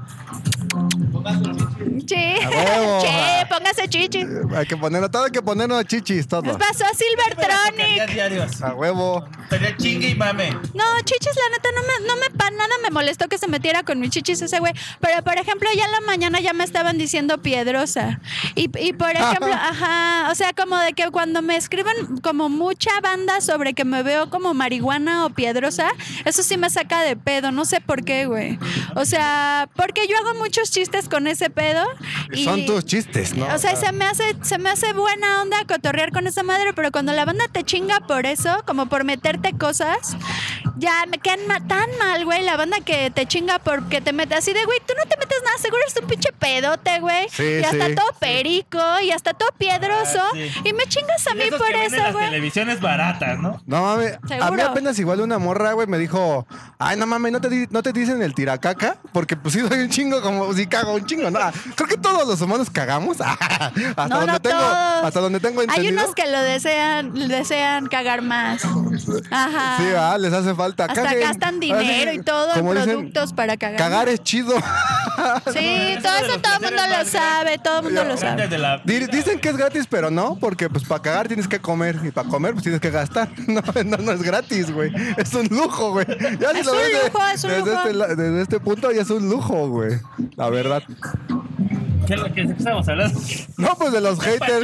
Sí, A huevo. sí, póngase chichi. Hay que ponerlo, todo hay que ponerlo chichis, todo. Nos pasó a Silvertronic. Diarios. A huevo. Estaría chingue y mame. No, chichis, la neta, no me para nada me molestó que se metiera con mis chichis ese güey. Pero, por ejemplo, ya en la mañana ya me estaban diciendo piedrosa. Y por ejemplo, ajá, o sea, como de que cuando me escriben como mucha banda sobre que me veo como marihuana o piedrosa, eso sí me saca de pedo, no sé por qué, güey. O sea, porque yo hago muchos chistes con ese pedo. Y, Son tus chistes, ¿no? o sea, se me hace buena onda cotorrear con esa madre, pero cuando la banda te chinga por eso, como por meterte cosas, ya me quedan tan mal, güey, la banda que te chinga porque te mete así de, güey, tú no te metes nada, seguro eres un pinche pedote, güey. Sí, y hasta sí. todo perico, y hasta todo piedroso, Sí. y me chingas a Y mí esos por que venden eso, las güey. televisiones baratas, ¿no? No mames, a mí Seguro. apenas igual una morra, güey, me dijo, ay, no mames, ¿no te dicen el tiracaca? Porque pues sí soy un chingo, como si cago un chingo, ¿no? Creo que todos los humanos cagamos, hasta No, no todos. hasta donde tengo Hay entendido. unos que lo desean cagar más. Ajá. Sí, les hace falta. Hasta Caguen. gastan dinero y todo en Como dicen, productos para cagar. cagar es chido. Sí, todo eso todo el mundo lo sabe, todo el mundo lo sabe. Desde la... Dicen que es gratis, pero no, porque pues para cagar tienes que comer y para comer pues tienes que gastar. No es gratis, güey. Es un lujo, güey. Ya si Es lo un ves lujo, es un lujo. desde este punto ya es un lujo, güey. La verdad. ¿Qué es lo que estamos hablando? No, pues de los haters.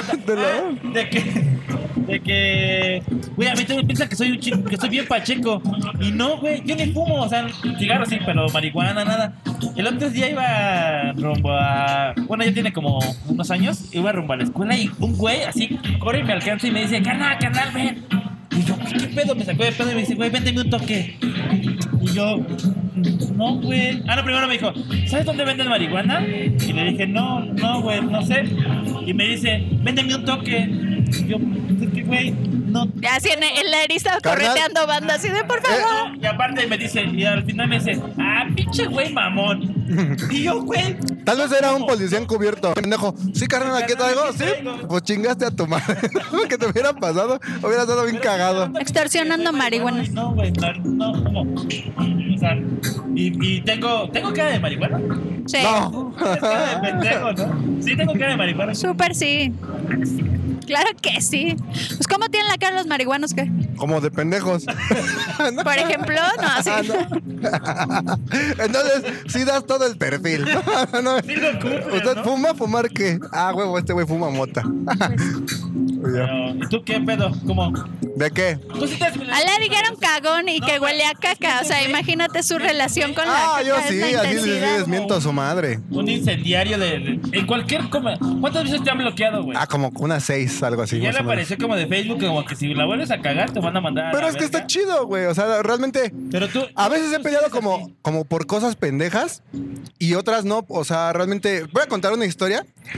De que, güey, a mí también piensa que soy un chico, que soy bien pacheco. Y no, güey, yo ni fumo, o sea, cigarros sí, pero marihuana, nada. El otro día iba rumbo a. Bueno, ya tiene como unos años, iba rumbo a la escuela y un güey así corre y me alcanza y me dice, carnal, ven. Y yo, ¿qué pedo? Me sacó de pedo y me dice, güey, véndeme un toque. Y yo, no, güey. No, primero me dijo, ¿sabes dónde venden marihuana? Y le dije, no, güey, no sé. Y me dice, véndeme un toque. Y yo, es que, güey, no. Ya así en la eriza Carnal. correteando banda así de por favor. Y aparte me dice, y al final me dice, pinche güey mamón. Y yo, güey. Tal vez era un policía encubierto. Pendejo. Sí, carnal, ¿aquí traigo? Aquí Sí. traigo. Pues chingaste a tu madre. Lo que te hubiera pasado, hubieras estado bien cagado. Extorsionando marihuana. No, güey, no, ¿cómo? O sea, y tengo cara de marihuana. Sí. No. Tienes cara de pendejo, ¿no? Sí, tengo cara de marihuana. Súper sí. Claro que sí. Pues ¿cómo tienen la cara los marihuanos que? Como de pendejos. Por ejemplo, no, así. Entonces, sí das todo el perfil. No. Sí lo cumples, ¿Usted ¿no? fuma? ¿Fumar qué? Huevo, este güey fuma mota. Pero, ¿y tú qué pedo? ¿Cómo? ¿De qué? ¿Tú sí te has... A le dijeron cagón y que huele a caca. O sea, imagínate su relación con la caca. Yo es sí, la así sí intensidad. desmiento a su madre. Un incendiario en cualquier... ¿Cuántas veces te han bloqueado, güey? Como unas 6, algo así. Y ya más le o menos. apareció como de Facebook, como que si la vuelves a cagar te van a mandar a Pero la es que verga. está chido, güey. O sea, realmente. Pero tú... A veces he tú peleado sigues así. como por cosas pendejas y otras no. O sea, realmente. Voy a contar una historia.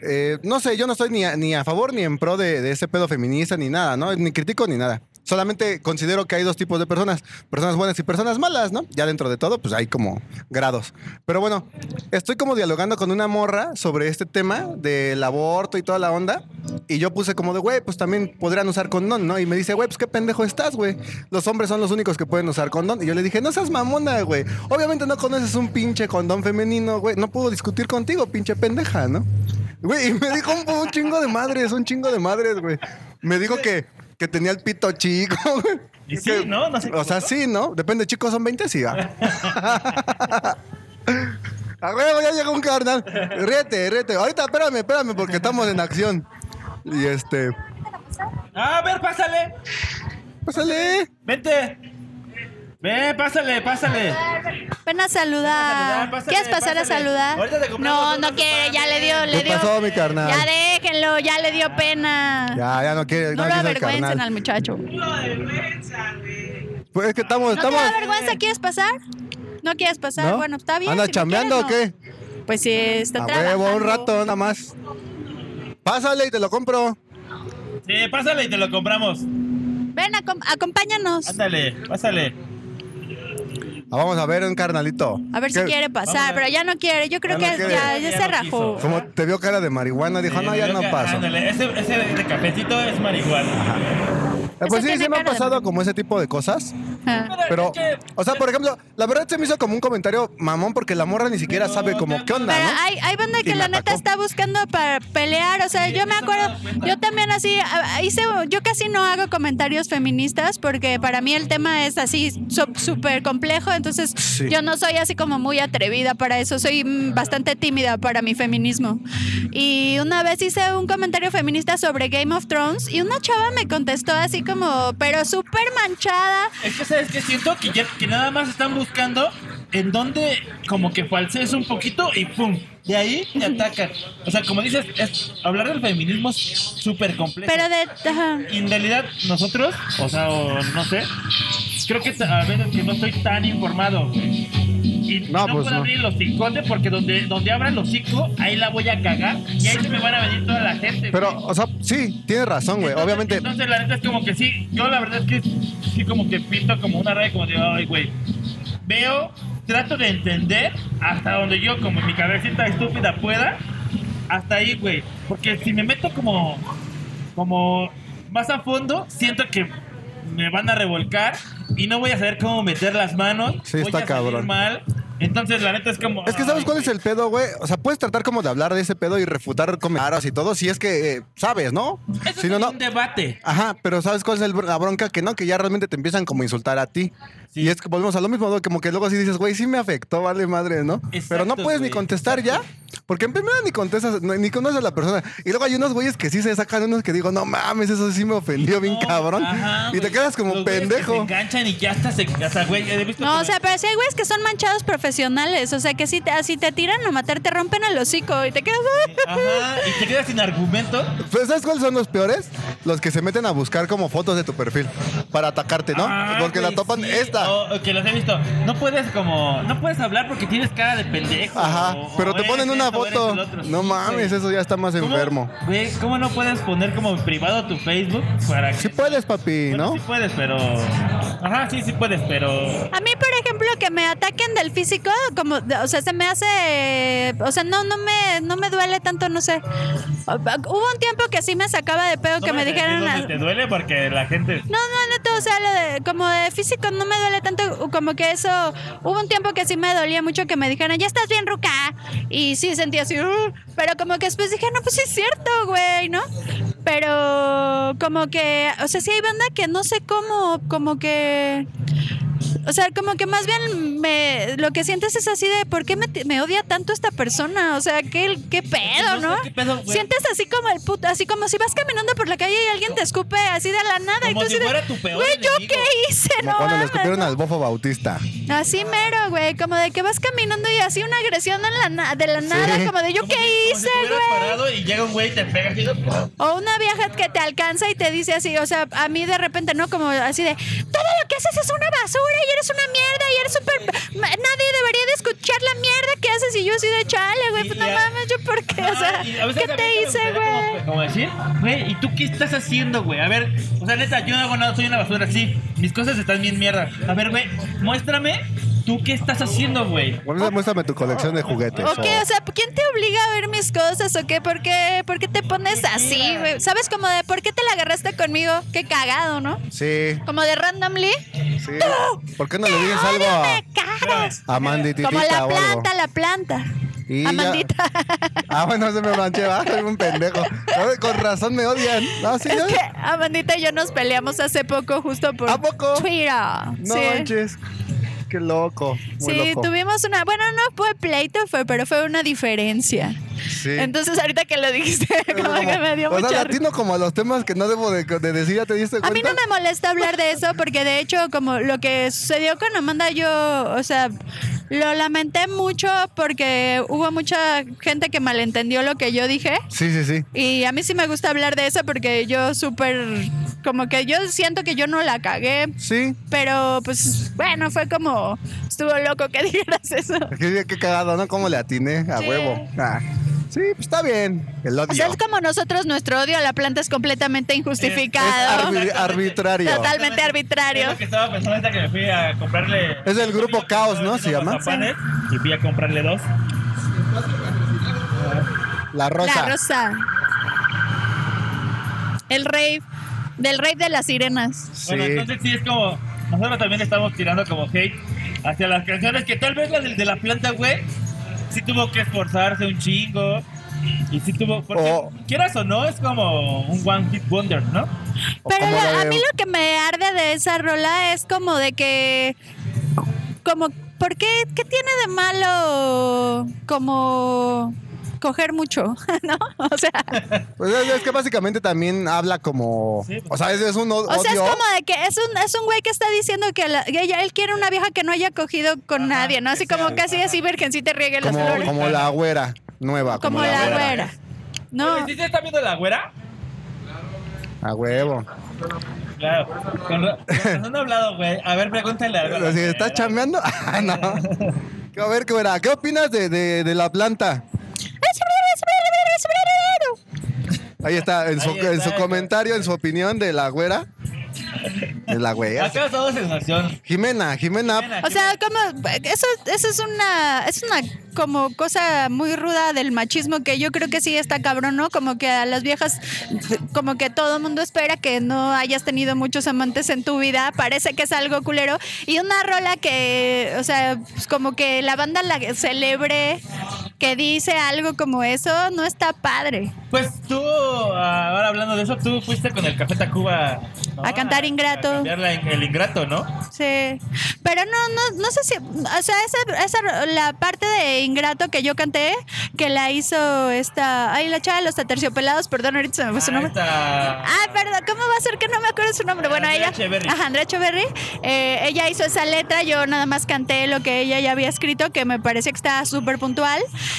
no sé, yo no estoy ni a favor ni en pro de ese pedo feminista ni nada, ¿no? Ni critico ni nada. Solamente considero que hay dos tipos de personas buenas y personas malas, ¿no? Ya dentro de todo, pues hay como grados. Pero bueno, estoy como dialogando con una morra sobre este tema del aborto y toda la onda. Y yo puse como de, güey, pues también podrían usar condón, ¿no? Y me dice, güey, pues qué pendejo estás, güey. Los hombres son los únicos que pueden usar condón. Y yo le dije, no seas mamona, güey. Obviamente no conoces un pinche condón femenino, güey. No puedo discutir contigo, pinche pendeja, ¿no? Güey, y me dijo un chingo de madres, güey. Me dijo que tenía el pito chico, güey. Y sí, ¿no? No sé. O sea, sí, ¿no? Depende, chicos, son 20, sí, va. A huevo, ya llegó un carnal. Ríete. Ahorita, espérame, porque estamos en acción. Y A ver, pásale. Pásale. Vente. Ven, pásale. Ven a saludar. Pásale, ¿Quieres pasar a pásale. saludar? Ahorita te compramos No unos quiere, ya le ¿Qué dio. pasó, mi carnal? Ya déjenlo, ya le dio pena. Ya no quiere. No lo quiso el avergüencen carnal. al muchacho. Pues es que estamos. ¿No te da vergüenza? ¿Quieres pasar? ¿No quieres pasar? ¿No? Bueno, está bien. ¿Anda si no chambeando quieres, o qué? no. Pues sí, está A trabajando. huevo, un rato, nada más. Pásale y te lo compro. Sí, pásale y te lo compramos. Ven, acompáñanos. Ándale, pásale. Vamos a ver un carnalito. A ver si ¿Qué? quiere Vamos a pasar, ver. pero ya no quiere. Yo creo Ya no que quiere. ya Ya se no rajó. quiso. Como te vio cara de marihuana, dijo, no, ya no paso. Ándale, ese de cafecito es marihuana. Pues sí, tiene sí me han cara de pasado marihuana. como ese tipo de cosas. Ah. Pero, Es que- o sea, por ejemplo, la verdad se me hizo como un comentario mamón porque la morra ni siquiera sabe como qué onda, Pero ¿no? hay banda Y que me la neta atacó. está buscando para pelear. O sea, yo me acuerdo, yo también así yo casi no hago comentarios feministas porque para mí el tema es así súper complejo. Entonces, Sí. yo no soy así como muy atrevida para eso. Soy bastante tímida para mi feminismo. Y una vez hice un comentario feminista sobre Game of Thrones y una chava me contestó así como, pero súper manchada. Es que, ¿sabes qué? Siento que nada más están buscando en donde como que falsees un poquito y ¡pum! De ahí te atacan. O sea, como dices, hablar del feminismo es súper complejo. Pero ajá. Y en realidad nosotros, o sea, no sé, creo que a veces que no estoy tan informado. Y No, no pues puedo no. abrir el hocicote porque donde abra el hocico, ahí la voy a cagar y ahí se me van a venir toda la gente. Pero, güey. o sea, sí, tienes razón, güey. Entonces- Obviamente, Entonces, la neta es como que sí. Yo, la verdad es que sí, como que pinto como una raya, como de, ay, güey. Veo, trato de entender hasta donde yo, como en mi cabecita estúpida pueda, hasta ahí, güey. Porque si me meto como más a fondo, siento que me van a revolcar y no voy a saber cómo meter las manos. Sí, voy está a salir cabrón. mal. Entonces, la neta es como. es que ¿sabes ay, cuál es güey. el pedo, güey? O sea, puedes tratar como de hablar de ese pedo y refutar comentarios y todo, si es que sabes, ¿no? Eso Si no, es no. un debate. Ajá, pero ¿sabes cuál es la bronca? Que no, que ya realmente te empiezan como a insultar a ti. Sí. Y es que volvemos a lo mismo, ¿no? Como que luego así dices, güey, sí me afectó, vale madre, ¿no? Pero no Exacto, puedes ni güey, contestar ya, porque en primera ni contestas, ni conoces a la persona. Y luego hay unos güeyes que sí se sacan unos que digo, no mames, eso sí me ofendió bien No, cabrón. ajá, Y te güey. quedas como Los güeyes que pendejo. se enganchan y que hasta güey, he visto No, que o sea, pero sí hay güeyes que son manchados profesionales. O sea, que si así te tiran a matar, te rompen el hocico y te quedas. Ajá, y te quedas sin argumento. Pues, ¿sabes cuáles son los peores? Los que se meten a buscar como fotos de tu perfil para atacarte, ¿no? Ah, Porque la güey, topan sí. esta. O que los he visto. No puedes hablar porque tienes cara de pendejo. Ajá, pero te eres ponen una esto, o eres foto. el otro. No Sí, mames, güey. eso ya está más ¿Cómo- enfermo. Güey, ¿cómo no puedes poner como privado tu Facebook para que... Sí puedes, papi, Bueno, ¿no? sí puedes, pero... Ajá, sí puedes, pero... A mí, por ejemplo, que me ataquen del físico, como, o sea, se me hace, o sea, no me duele tanto, no sé. Hubo un tiempo que sí me sacaba de pedo que me dijeran. ¿Dónde te duele? Porque la gente... No, neto, o sea, como de físico no me duele tanto, como que eso, hubo un tiempo que sí me dolía mucho que me dijeran, ya estás bien, ruca, y sí sentía así, pero como que después dije, no, pues sí es cierto, güey, ¿no? Pero como que, o sea, sí hay banda que no sé cómo, como que... O sea, como que más bien lo que sientes es así de ¿por qué me odia tanto esta persona? O sea, qué pedo, ¿no? ¿Qué pedo, güey? Sientes así como el puto, así como si vas caminando por la calle y alguien te escupe así de la nada y Como tú si así de, fuera tu peor güey, ¿yo enemigo. qué hice? Como No cuando le mames, escupieron ¿no? al bofo Bautista. Así mero, güey, como de que vas caminando y así una agresión de la nada, como de ¿yo Como qué si hice, estuvieras güey? parado y llega un güey y te pega así de... O una vieja que te alcanza y te dice así, o sea, a mí de repente, ¿no? Como así de, todo lo que haces es una basura y eres una mierda y eres súper... Nadie debería de escuchar la mierda que haces y yo así de chale, güey. Pues no mames, ¿yo por qué? O sea, Y a veces ¿qué a mí te me hice, gustaría güey? como decir, güey, ¿y tú qué estás haciendo, güey? A ver, o sea, neta, yo no hago nada, soy una basura, sí. Mis cosas están bien mierda. A ver, güey, muéstrame tú qué estás haciendo, güey. Muéstrame tu colección de juguetes. ¿O qué? O sea, ¿quién te obliga a ver mis cosas o qué? ¿Por qué te pones así, güey? ¿Sabes? Como de, ¿por qué te la agarraste conmigo? Qué cagado, ¿no? Sí, Como de randomly. sí. ¿Por qué no le dices algo Me cagas. a Mandititita Como la o algo? planta. Y ya- Amandita. Bueno, se me manché, va, soy un pendejo. No, con razón me odian. No, sí, Es ¿no? que Amandita y yo nos peleamos hace poco justo por ¿A poco? Twitter. No sí. manches. Qué loco. Muy Sí, loco. tuvimos una... Bueno, no fue pleito, pero fue una diferencia. Sí. Entonces, ahorita que lo dijiste, como que me dio o sea, mucha risa. latino como a los temas que no debo de decir, ¿ya te diste cuenta? A mí no me molesta hablar de eso porque de hecho como lo que sucedió con Amanda yo, o sea, lo lamenté mucho porque hubo mucha gente que malentendió lo que yo dije Sí. y a mí sí me gusta hablar de eso porque yo súper, como que yo siento que yo no la cagué, Sí. pero pues bueno, fue como, estuvo loco que dijeras eso. Qué cagado, ¿no? ¿Cómo le atiné? A Sí. huevo. Ah. Sí, pues está bien. El odio. O sea, es como nosotros, nuestro odio a la planta es completamente injustificado. arbitrario. Totalmente Es arbitrario. lo que estaba pensando ahorita que me fui a comprarle. Es del grupo Caos, ¿no? ¿Se llama? Mazapanes, y fui a comprarle 2. La rosa. La rosa. El rave. Del rave de las sirenas. Sí. Bueno, entonces sí es como. Nosotros también estamos tirando como hate hacia las canciones que tal vez la del de la planta, güey, sí tuvo que esforzarse un chingo. Y sí tuvo. Porque quieras o no, es como un one hit wonder, ¿no? O Pero como la a de- mí lo que me arde de esa rola es como de que. Como, ¿por qué? ¿Qué tiene de malo como coger mucho? ¿No? O sea, Pues es que básicamente también habla como... Sí. O sea, es un odio. o sea, es como de que es un güey que está diciendo que él quiere una vieja que no haya cogido con nadie, ¿no? Así como casi así virgencita riegue las flores. como la güera nueva. Como la güera. No. Oye, ¿sí se está viendo la güera? A huevo. Claro. No he hablado, güey. A ver, pregúntale algo. Si estás chambeando. Ah, no. A ver, güera, ¿qué opinas de la planta? Ahí está, en su comentario, en su opinión de la güera. De la güera. Acá todo sensación. Jimena. O sea, como eso es una como cosa muy ruda del machismo que yo creo que sí está cabrón, ¿no? Como que a las viejas, como que todo el mundo espera que no hayas tenido muchos amantes en tu vida, parece que es algo culero. Y una rola que, o sea, pues como que la banda la celebre, que dice algo como eso, no está padre. Pues tú, ahora hablando de eso, tú fuiste con el Café Tacuba, ¿no? A cantar Ingrato. A cambiar el Ingrato, ¿no? Sí, pero no sé si, o sea, la parte de Ingrato que yo canté, que la hizo la chava de los Aterciopelados, perdón, ahorita se me fue su nombre. Perdón, ¿cómo va a ser que no me acuerdo su nombre? Bueno, Andrea ella, Echeverry. Andrea Echeverry, ella hizo esa letra, yo nada más canté lo que ella ya había escrito, que me parece que está súper puntual,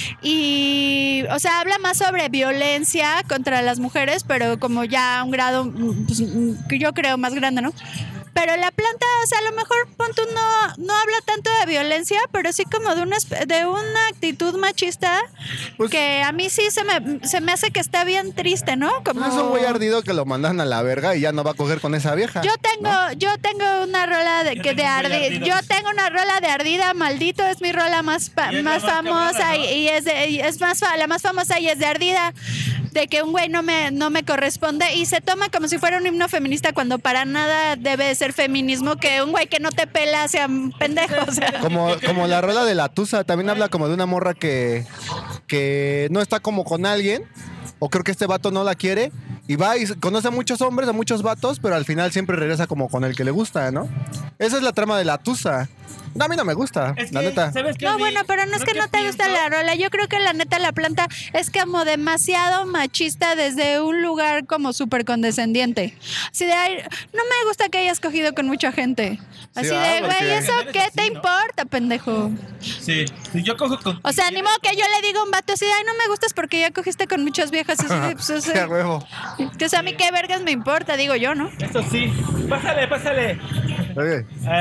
y, o sea, habla más sobre violencia contra las mujeres, pero como ya a un grado, pues, que yo creo más grande, ¿no? Pero la planta, o sea, a lo mejor punto no habla tanto de violencia, pero sí como de una actitud machista, Pues- que a mí sí se me hace que está bien triste, ¿no? Como Es un güey ardido que lo mandan a la verga y ya no va a coger con esa vieja. yo tengo una rola de tengo un güey ardido. yo tengo una rola de Ardida, maldito, es mi rola más Y es la más famosa cabrona, ¿no? y es la más famosa y es de Ardida, de que un güey no me corresponde y se toma como si fuera un himno feminista cuando para nada debe de ser feminismo, que un güey que no te pela sea un pendejo, o sea. Como la rola de la Tusa, también habla como de una morra que no está como con alguien, o creo que este vato no la quiere, y va y conoce a muchos hombres, a muchos vatos, pero al final siempre regresa como con el que le gusta, ¿no? Esa es la trama de la Tusa. No, a mí no me gusta, Es la que, neta. ¿sabes qué? No, A mí, bueno, pero no es creo que no te gusta pienso- la rola. Yo creo que la neta la planta es como demasiado machista desde un lugar como súper condescendiente. Así de, "Ay, no me gusta que hayas cogido con mucha gente". Así Sí, de, porque- güey, ¿eso qué Así, te ¿no? importa, pendejo? Sí, si yo cojo con... O sea, ni modo que yo le diga a un vato así de, "Ay, no me gustas porque ya cogiste con muchas viejas". Así de, pues, o Sí, a sea, huevo. que, o sea, a mí qué vergas me importa, digo yo, ¿no? Eso sí. Pásale. Oye,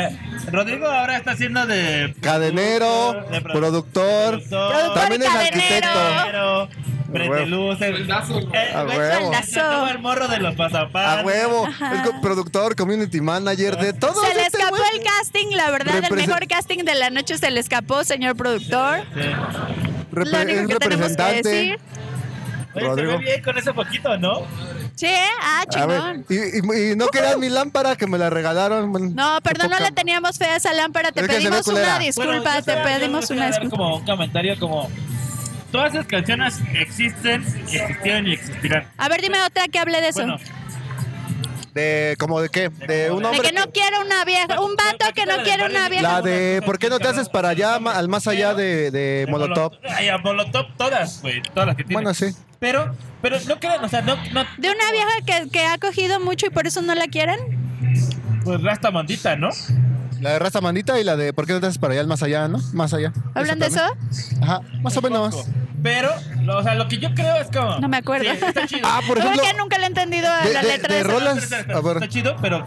Rodrigo ahora está haciendo de Cadenero, de productor. Productor También y es cadenero. arquitecto. Prende luces. A huevo. Acaba el morro de los pasapanes. A huevo. Es productor, community manager, de todo. Se le este escapó güey. el casting, la verdad, el Represe- mejor casting de la noche se le escapó, señor productor. Sí. Lo único Es que tenemos que representante. decir. Oye, se Rodrigo. ve bien con ese poquito, ¿no? Sí, A chingón. ver, y no querían mi lámpara que me la regalaron. Bueno, No, perdón, no poca- le teníamos fe a esa lámpara. Te Es que se ve pedimos culera. una disculpa, Bueno, yo te quisiera- pedimos yo una quisiera dar disculpa. como un comentario como todas esas canciones existen, existieron y existirán. A ver, dime otra que hable de eso. Bueno, ¿Cómo de qué? De un de hombre. que no quiere una vieja, un vato que no quiere una vieja. La de ¿por qué no te haces para allá, al más allá de Molotov? Ay, a Molotov todas, güey, todas las que tienen. Bueno, sí. Pero no crean, o sea, no De una vieja que ha cogido mucho y por eso no la quieren. pues Rasta Mandita, ¿no? La de Raza Mandita y la de ¿por qué no te haces para allá, al más allá, no? Más allá. ¿Hablan de eso? también. Ajá, más o menos. Pero, o sea, lo que yo creo es como... No me acuerdo. Sí, está chido. Ah, por ejemplo, Porque nunca le he entendido a de- la de- letra de esa. rolas. Espera, A ver. está chido, pero...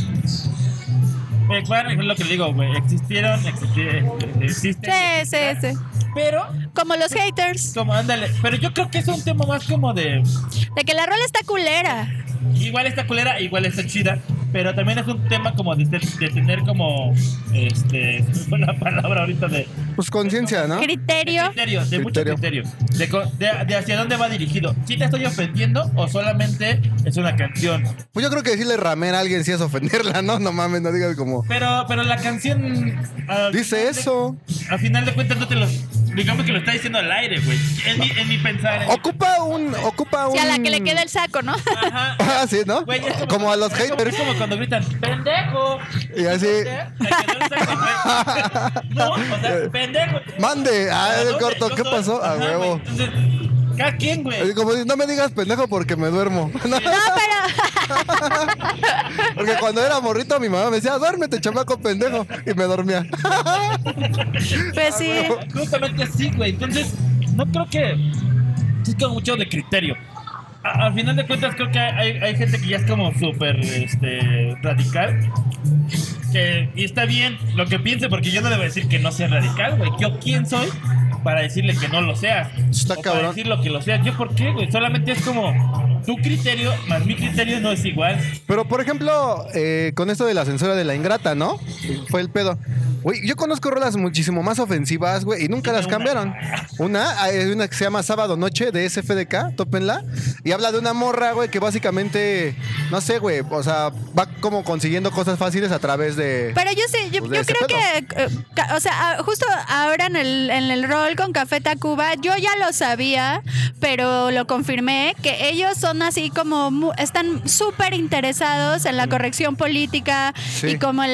Bueno, es lo que le digo, güey. Existen. Sí. Pero, Como los haters. como, ándale. Pero yo creo que es un tema más como de... De que la rola está culera. Igual está culera, igual está chida. Pero también es un tema como de tener como... fue la palabra ahorita de... Pues conciencia, ¿no? Criterio. De mucho criterio. De hacia dónde va dirigido. ¿Sí te estoy ofendiendo o solamente es una canción? Pues yo creo que decirle ramen a alguien sí es ofenderla, ¿no? No mames, no digas como. Pero la canción... Dice eso. Al final de cuentas no te lo... Digamos que lo está diciendo al aire, güey. En mi pensar. Ocupa un. Sí, a la que le queda el saco, ¿no? Ajá. Ah, sí, ¿no? Güey, es Como a los es como- haters. Es como cuando gritan, ¡pendejo! Y así. Me quedó el saco, güey. No, o sea, ¡pendejo! Mande. Ah, el ¿Dónde? corto. Yo ¿Qué soy- pasó? A Ajá, güey. huevo. Entonces, ¿cada quien, güey? Como no me digas pendejo porque me duermo. No, No, pero. porque cuando era morrito mi mamá me decía, duérmete, chamaco pendejo. Y me dormía. Pues sí. Justamente así, güey. Entonces, no creo que... Sí, es como mucho de criterio. Al final de cuentas, creo que hay gente que ya es como súper radical. Y está bien lo que piense, porque yo no debo decir que no sea radical, güey. ¿Yo quién soy para decirle que no lo seas? Está O cabrón. para decir lo que lo seas. ¿Yo por qué, güey? Solamente es como tu criterio más mi criterio no es igual. Pero, por ejemplo, con esto de la censura de la ingrata, ¿no? Fue el pedo. Güey, yo conozco rolas muchísimo más ofensivas, güey, y nunca las cambiaron. Hay una que se llama Sábado Noche de SFDK, tópenla. Y habla de una morra, güey, que básicamente, no sé, güey, o sea, va como consiguiendo cosas fáciles a través de... Pero yo sí, yo Pues de ese creo que, o sea, justo ahora en el rol con Café Tacuba, yo ya lo sabía, pero lo confirmé, que ellos son así como, están súper interesados en la corrección política Sí. y como en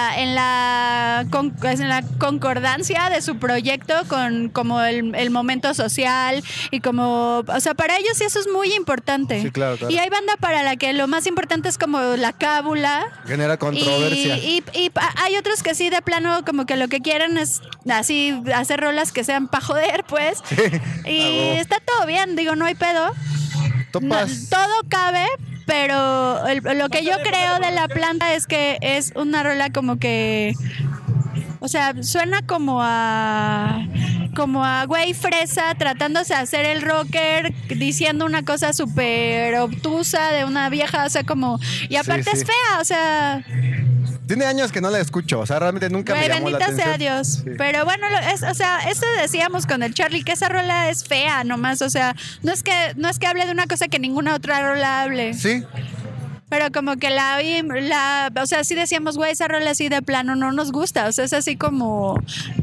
la concordancia de su proyecto con como el momento social y como, o sea, para ellos sí eso es muy importante. Sí, claro, claro. Y hay banda para la que lo más importante es como la cábula. Genera controversia. Y hay otros que sí, de plano, como que lo que quieren es así hacer rolas que sean pa' joder, pues. Y huevo. está todo bien, digo, no hay pedo. Topas. Todo cabe, pero lo que yo creo de La Planta es que es una rola como que... O sea, suena como a güey fresa tratándose de hacer el rocker, diciendo una cosa súper obtusa de una vieja, o sea, como... Y aparte Sí, sí. es fea, o sea... Tiene años que no la escucho, o sea, realmente nunca Güey, me llamó la bendita atención. sea Dios. Sí. Pero bueno, o sea, eso decíamos con el Charlie, que esa rola es fea nomás. O sea, no es que hable de una cosa que ninguna otra rola hable. Sí, Pero como que o sea, sí decíamos, güey, esa rola así de plano no nos gusta. O sea, es así como...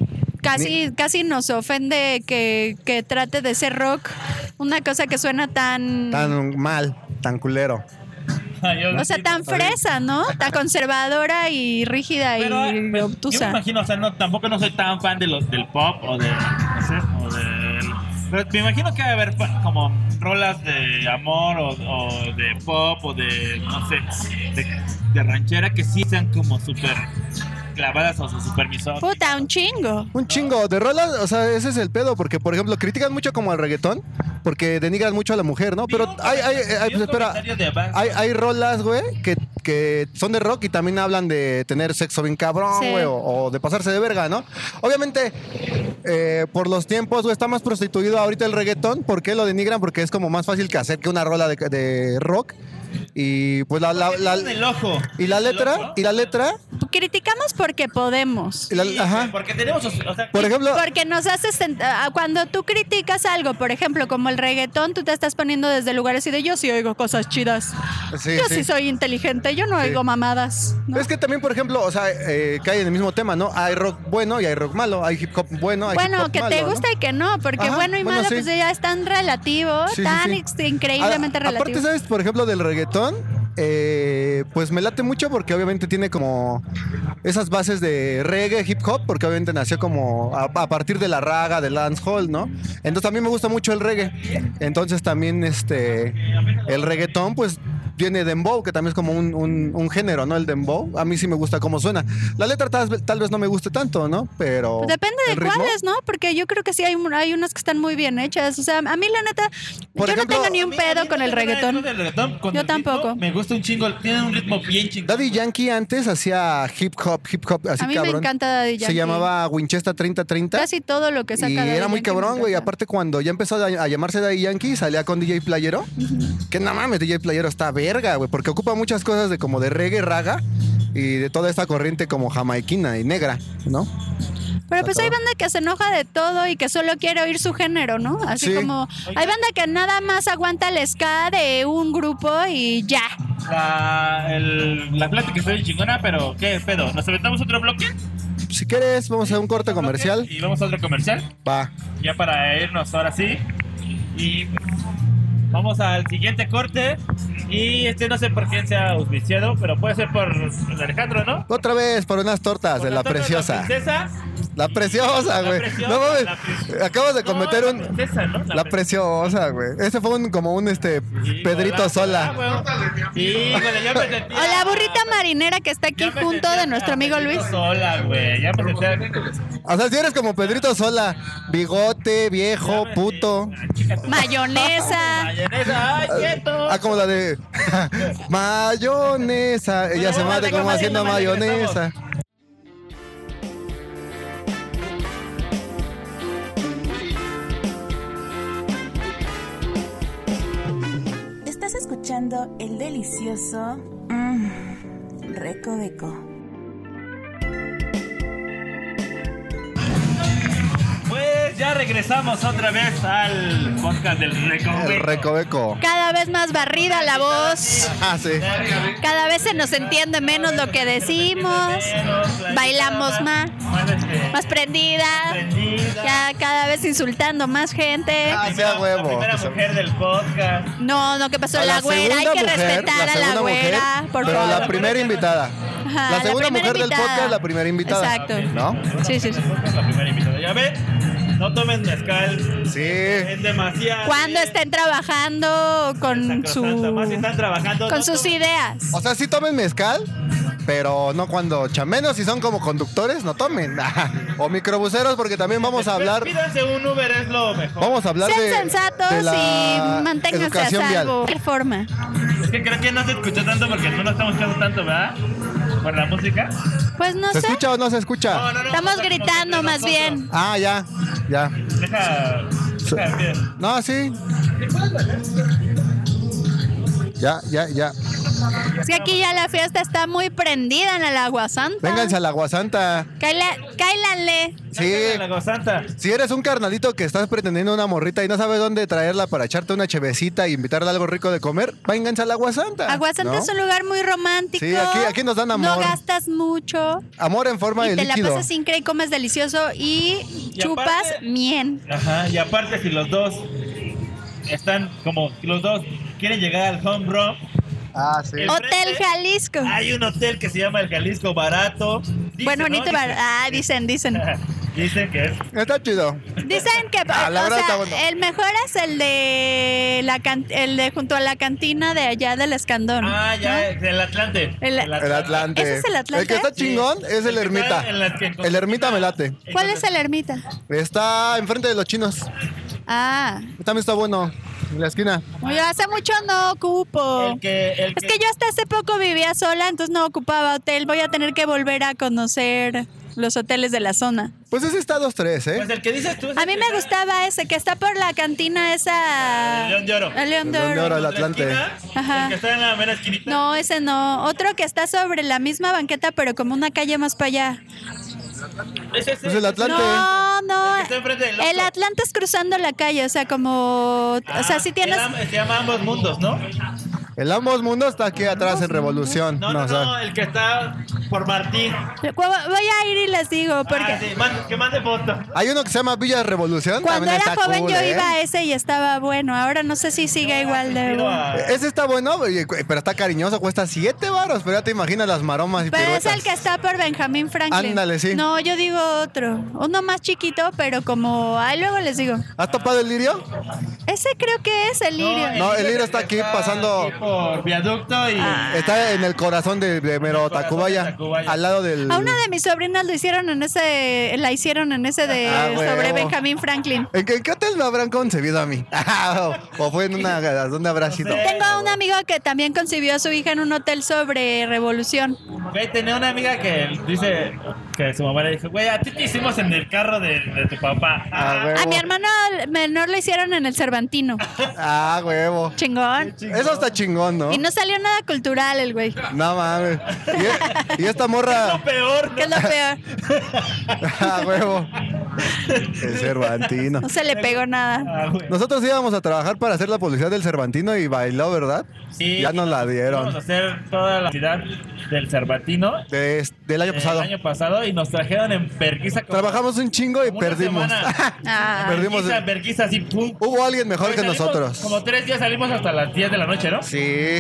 Casi nos ofende que trate de ser rock. Una cosa que suena tan mal, tan culero. o sea, tan fresa, ¿no? Tan conservadora y rígida y Pero, yo me obtusa. imagino, o sea, tampoco no soy tan fan del pop o de... No sé, o del... Pero me imagino que va a haber como rolas de amor o de pop o de, no sé, de ranchera que sí sean como súper clavadas o súper misóginas. Puta, un chingo. Un chingo de rolas, o sea, ese es el pedo, porque por ejemplo critican mucho como al reggaetón, porque denigran mucho a la mujer, ¿no? Pero Vi un pues, espera, comentario de Abbas. hay rolas, güey, que que son de rock y también hablan de tener sexo bien cabrón, Sí. güey, o de pasarse de verga, ¿no? Obviamente, por los tiempos, güey, está más prostituido ahorita el reggaetón. ¿Por qué lo denigran? Porque es como más fácil que hacer que una rola de rock. Y pues el ojo. y la El letra, ojo. y la letra, Criticamos porque podemos. y la- Sí, ajá. porque tenemos, o sea, Por ejemplo, Porque nos haces cuando tú criticas algo, por ejemplo, como el reggaetón, tú te estás poniendo desde lugares y de yo sí oigo cosas chidas. sí, Yo sí. sí soy inteligente, yo no oigo mamadas. ¿no? Es que también, por ejemplo, o sea, cae en el mismo tema, ¿no? Hay rock bueno y hay rock malo, hay hip hop bueno, hay hip Bueno, hop que malo, te ¿no? gusta y que no, porque Ajá, bueno y bueno, malo sí. pues ya es tan relativo, Sí, sí, tan sí. increíblemente relativo. Aparte, ¿sabes? Por ejemplo, del reggaetón, pues me late mucho porque obviamente tiene como esas bases de reggae, hip hop, porque obviamente nació como a partir de la raga, del dancehall, ¿no? Entonces a mí me gusta mucho el reggae. Entonces también el reggaetón, pues viene dembow, que también es como un género, ¿no? El dembow. A mí sí me gusta cómo suena. La letra tal vez no me guste tanto, ¿no? Pero Pues depende de el ritmo, cuáles, ¿no? Porque yo creo que sí hay unas que están muy bien hechas. O sea, a mí la neta, Por yo ejemplo, no tengo ni a un mí pedo no con el tengo nada en reggaetón. contra del reggaetón, con Yo el ritmo tampoco. Me gusta un chingo, tiene un ritmo bien chingón. Daddy Yankee antes hacía hip hop, así A mí cabrón. me encanta Daddy Yankee. Se llamaba Winchester 3030. Casi todo lo que saca Y Daddy era muy Yankee me cabrón, güey. encanta. Aparte, cuando ya empezó a llamarse Daddy Yankee, salía con DJ Playero. Que no mames, DJ Playero está verga, güey. Porque ocupa muchas cosas como de reggae, raga. Y de toda esta corriente como jamaiquina y negra, ¿no? Pero pues hay banda que se enoja de todo y que solo quiere oír su género, ¿no? Así Sí. como hay banda que nada más aguanta el ska de un grupo y ya. La plática está bien chingona, pero ¿qué pedo? ¿Nos aventamos otro bloque? Si quieres, vamos a hacer un corte comercial. Y vamos a otro comercial. Va. Ya para irnos ahora sí. Y vamos al siguiente corte. Y no sé por quién sea auspiciado, pero puede ser por Alejandro, ¿no? Otra vez por unas tortas Por de la las tortas de preciosa. La princesa. La preciosa, La güey. preciosa, No mames. la pre- Acabas de No, cometer la un. princesa, ¿no? La preciosa, güey. Ese fue como un Sí, Pedrito hola, Sola. hola, güey. Sí, güey, ya me sentía. O la burrita marinera que está aquí ya me junto sentía de nuestro amigo Pedrito Luis. Sola, güey. Ya me sentía. O sea, si eres como Pedrito Sola, bigote, viejo, ya me- puto. Chica, tu- Mayonesa. Mayonesa, ay, quieto. Ah, como la de mayonesa. Ella se Bueno, mate como déjame, haciendo déjame, mayonesa. Estás escuchando el delicioso Recoveco. Pues ya regresamos otra vez al podcast del Recoveco. El recoveco. Cada vez más barrida la voz. Ah, sí. Cada vez se nos entiende menos lo que decimos. Bailamos más prendida. Ya cada vez insultando más gente. Ah, sea La huevo. primera mujer del podcast. No, ¿qué pasó? A La güera, hay segunda que mujer, respetar a la segunda güera, mujer, por pero favor. la primera invitada. Ajá, La segunda primera mujer del invitada. podcast, la primera invitada. Exacto. ¿No? Sí, sí, sí. La primera invitada. Ya ve, no tomen mezcal. Sí. Es demasiado. Cuando estén trabajando con Más si están trabajando. con no sus tomen- ideas. O sea, sí tomen mezcal, pero no cuando menos si son como conductores, no tomen. O microbuseros, porque también vamos a hablar. Pídanse un Uber, es lo mejor. Vamos a hablar Sean de sensatos la y manténganse a educación vial. salvo. ¿Qué forma? Es que creo que no se escuchó tanto porque no lo estamos escuchando tanto, ¿verdad? Por la música. Pues no ¿Se sé. escucha o no se escucha? No, Estamos o sea, como gritando que más entre bien. Ah, ya. nosotros. Deja, bien. No, sí. Ya. Es que aquí ya la fiesta está muy prendida en el Agua Santa. Vénganse a la Aguasanta. Cáilanle. Sí. La gozanta. Si eres un carnalito que estás pretendiendo una morrita y no sabes dónde traerla para echarte una chevecita y invitarle algo rico de comer, vénganse a la Aguasanta. Agua Santa ¿no? es un lugar muy romántico. Sí, aquí nos dan amor. No gastas mucho. Amor en forma Y de te la líquido. pasas increíble, comes delicioso y Y chupas aparte- bien. Ajá, y aparte si los dos están como los dos quieren llegar al home run. Ah, sí. El- Hotel Jalisco. Hay un hotel que se llama el Jalisco barato. Dicen, Bueno, ¿no? ni te va. Dicen. Dicen que es. Está chido. Dicen que Ah, la o verdad sea, está bueno. el mejor es el de junto a la cantina de allá del Escandón. Ah, ya, ¿no? el Atlante. El- El Atlante. ¿Ese es el Atlante? El que está Sí. chingón es el que Ermita. está en la que- El Ermita me late. ¿Cuál es el ermita? Está enfrente de los chinos. Ah, También está bueno. En la esquina. Oye, hace mucho no ocupo. El que Es que yo hasta hace poco vivía sola, entonces no ocupaba hotel. Voy a tener que volver a conocer los hoteles de la zona. Pues ese está 2-3, ¿eh? Pues el que dices tú es A el mí que me está gustaba ese, que está por la cantina esa... El León de Oro. El León de El León de Oro. Oro. El la Atlante. esquina, Ajá. El que está en la mera esquinita. No, ese no. Otro que está sobre la misma banqueta, pero como una calle más para allá. Ese, Pues el Atlante. No, no. El que está enfrente del El Oxxo. Atlante es cruzando la calle, o sea, como... o sea, sí tienes... Se llama Ambos Mundos, ¿no? El Ambos Mundos está aquí atrás en Revolución. No, o sea, el que está por Martín. Voy a ir y les digo, porque... Ah, sí, que mande foto. hay uno que se llama Villa Revolución. Cuando también era está joven cool, yo ¿eh? iba a ese y estaba bueno. Ahora no sé si sigue igual de Quiero bueno. a- Ese está bueno, oye, pero está cariñoso, cuesta 7 varos, pero ya te imaginas las maromas y Pero es piruetas. el que está por Benjamín Franklin. Ándale, sí. No, yo digo otro. Uno más chiquito, pero como... Ahí luego les digo. ¿Has topado el lirio? Ese creo que es el lirio. No, el Lirio Lirio está aquí pasando- aquí por viaducto y. Está en el corazón de Mero corazón de Tacubaya, Tacubaya. al lado del... A una de mis sobrinas la hicieron en ese de sobre huevo. Benjamín Franklin. ¿En qué hotel me habrán concebido a mí? ¿O fue en una... ¿Dónde habrá sido? sé. Tengo un amigo que también concibió a su hija en un hotel sobre Revolución. Güey, tenía una amiga que dice que su mamá le dijo, güey, a ti te hicimos en el carro de tu papá. Ah, huevo. A mi hermano menor lo hicieron en el Cervantino. Ah, huevo. Chingón. Eso está chingón, ¿no? Y no salió nada cultural el güey. No mames. Y esta Lo morra... peor, Que es lo peor. Ah, huevo. El Cervantino. No se le pegó nada. Ah, güey. Nosotros íbamos a trabajar para hacer la publicidad del Cervantino y bailó, ¿verdad? Sí, Ya nos la Vamos a dieron. hacer toda la ciudad del Cervantino Del año pasado. el año pasado y nos trajeron en Berguisa. Trabajamos un chingo y como una perdimos. semana. Ah. Perdimos. Berguisa, así, pum. Hubo alguien mejor Güey, que salimos nosotros. Como 3 días salimos hasta las 10 de la noche, ¿no? Sí.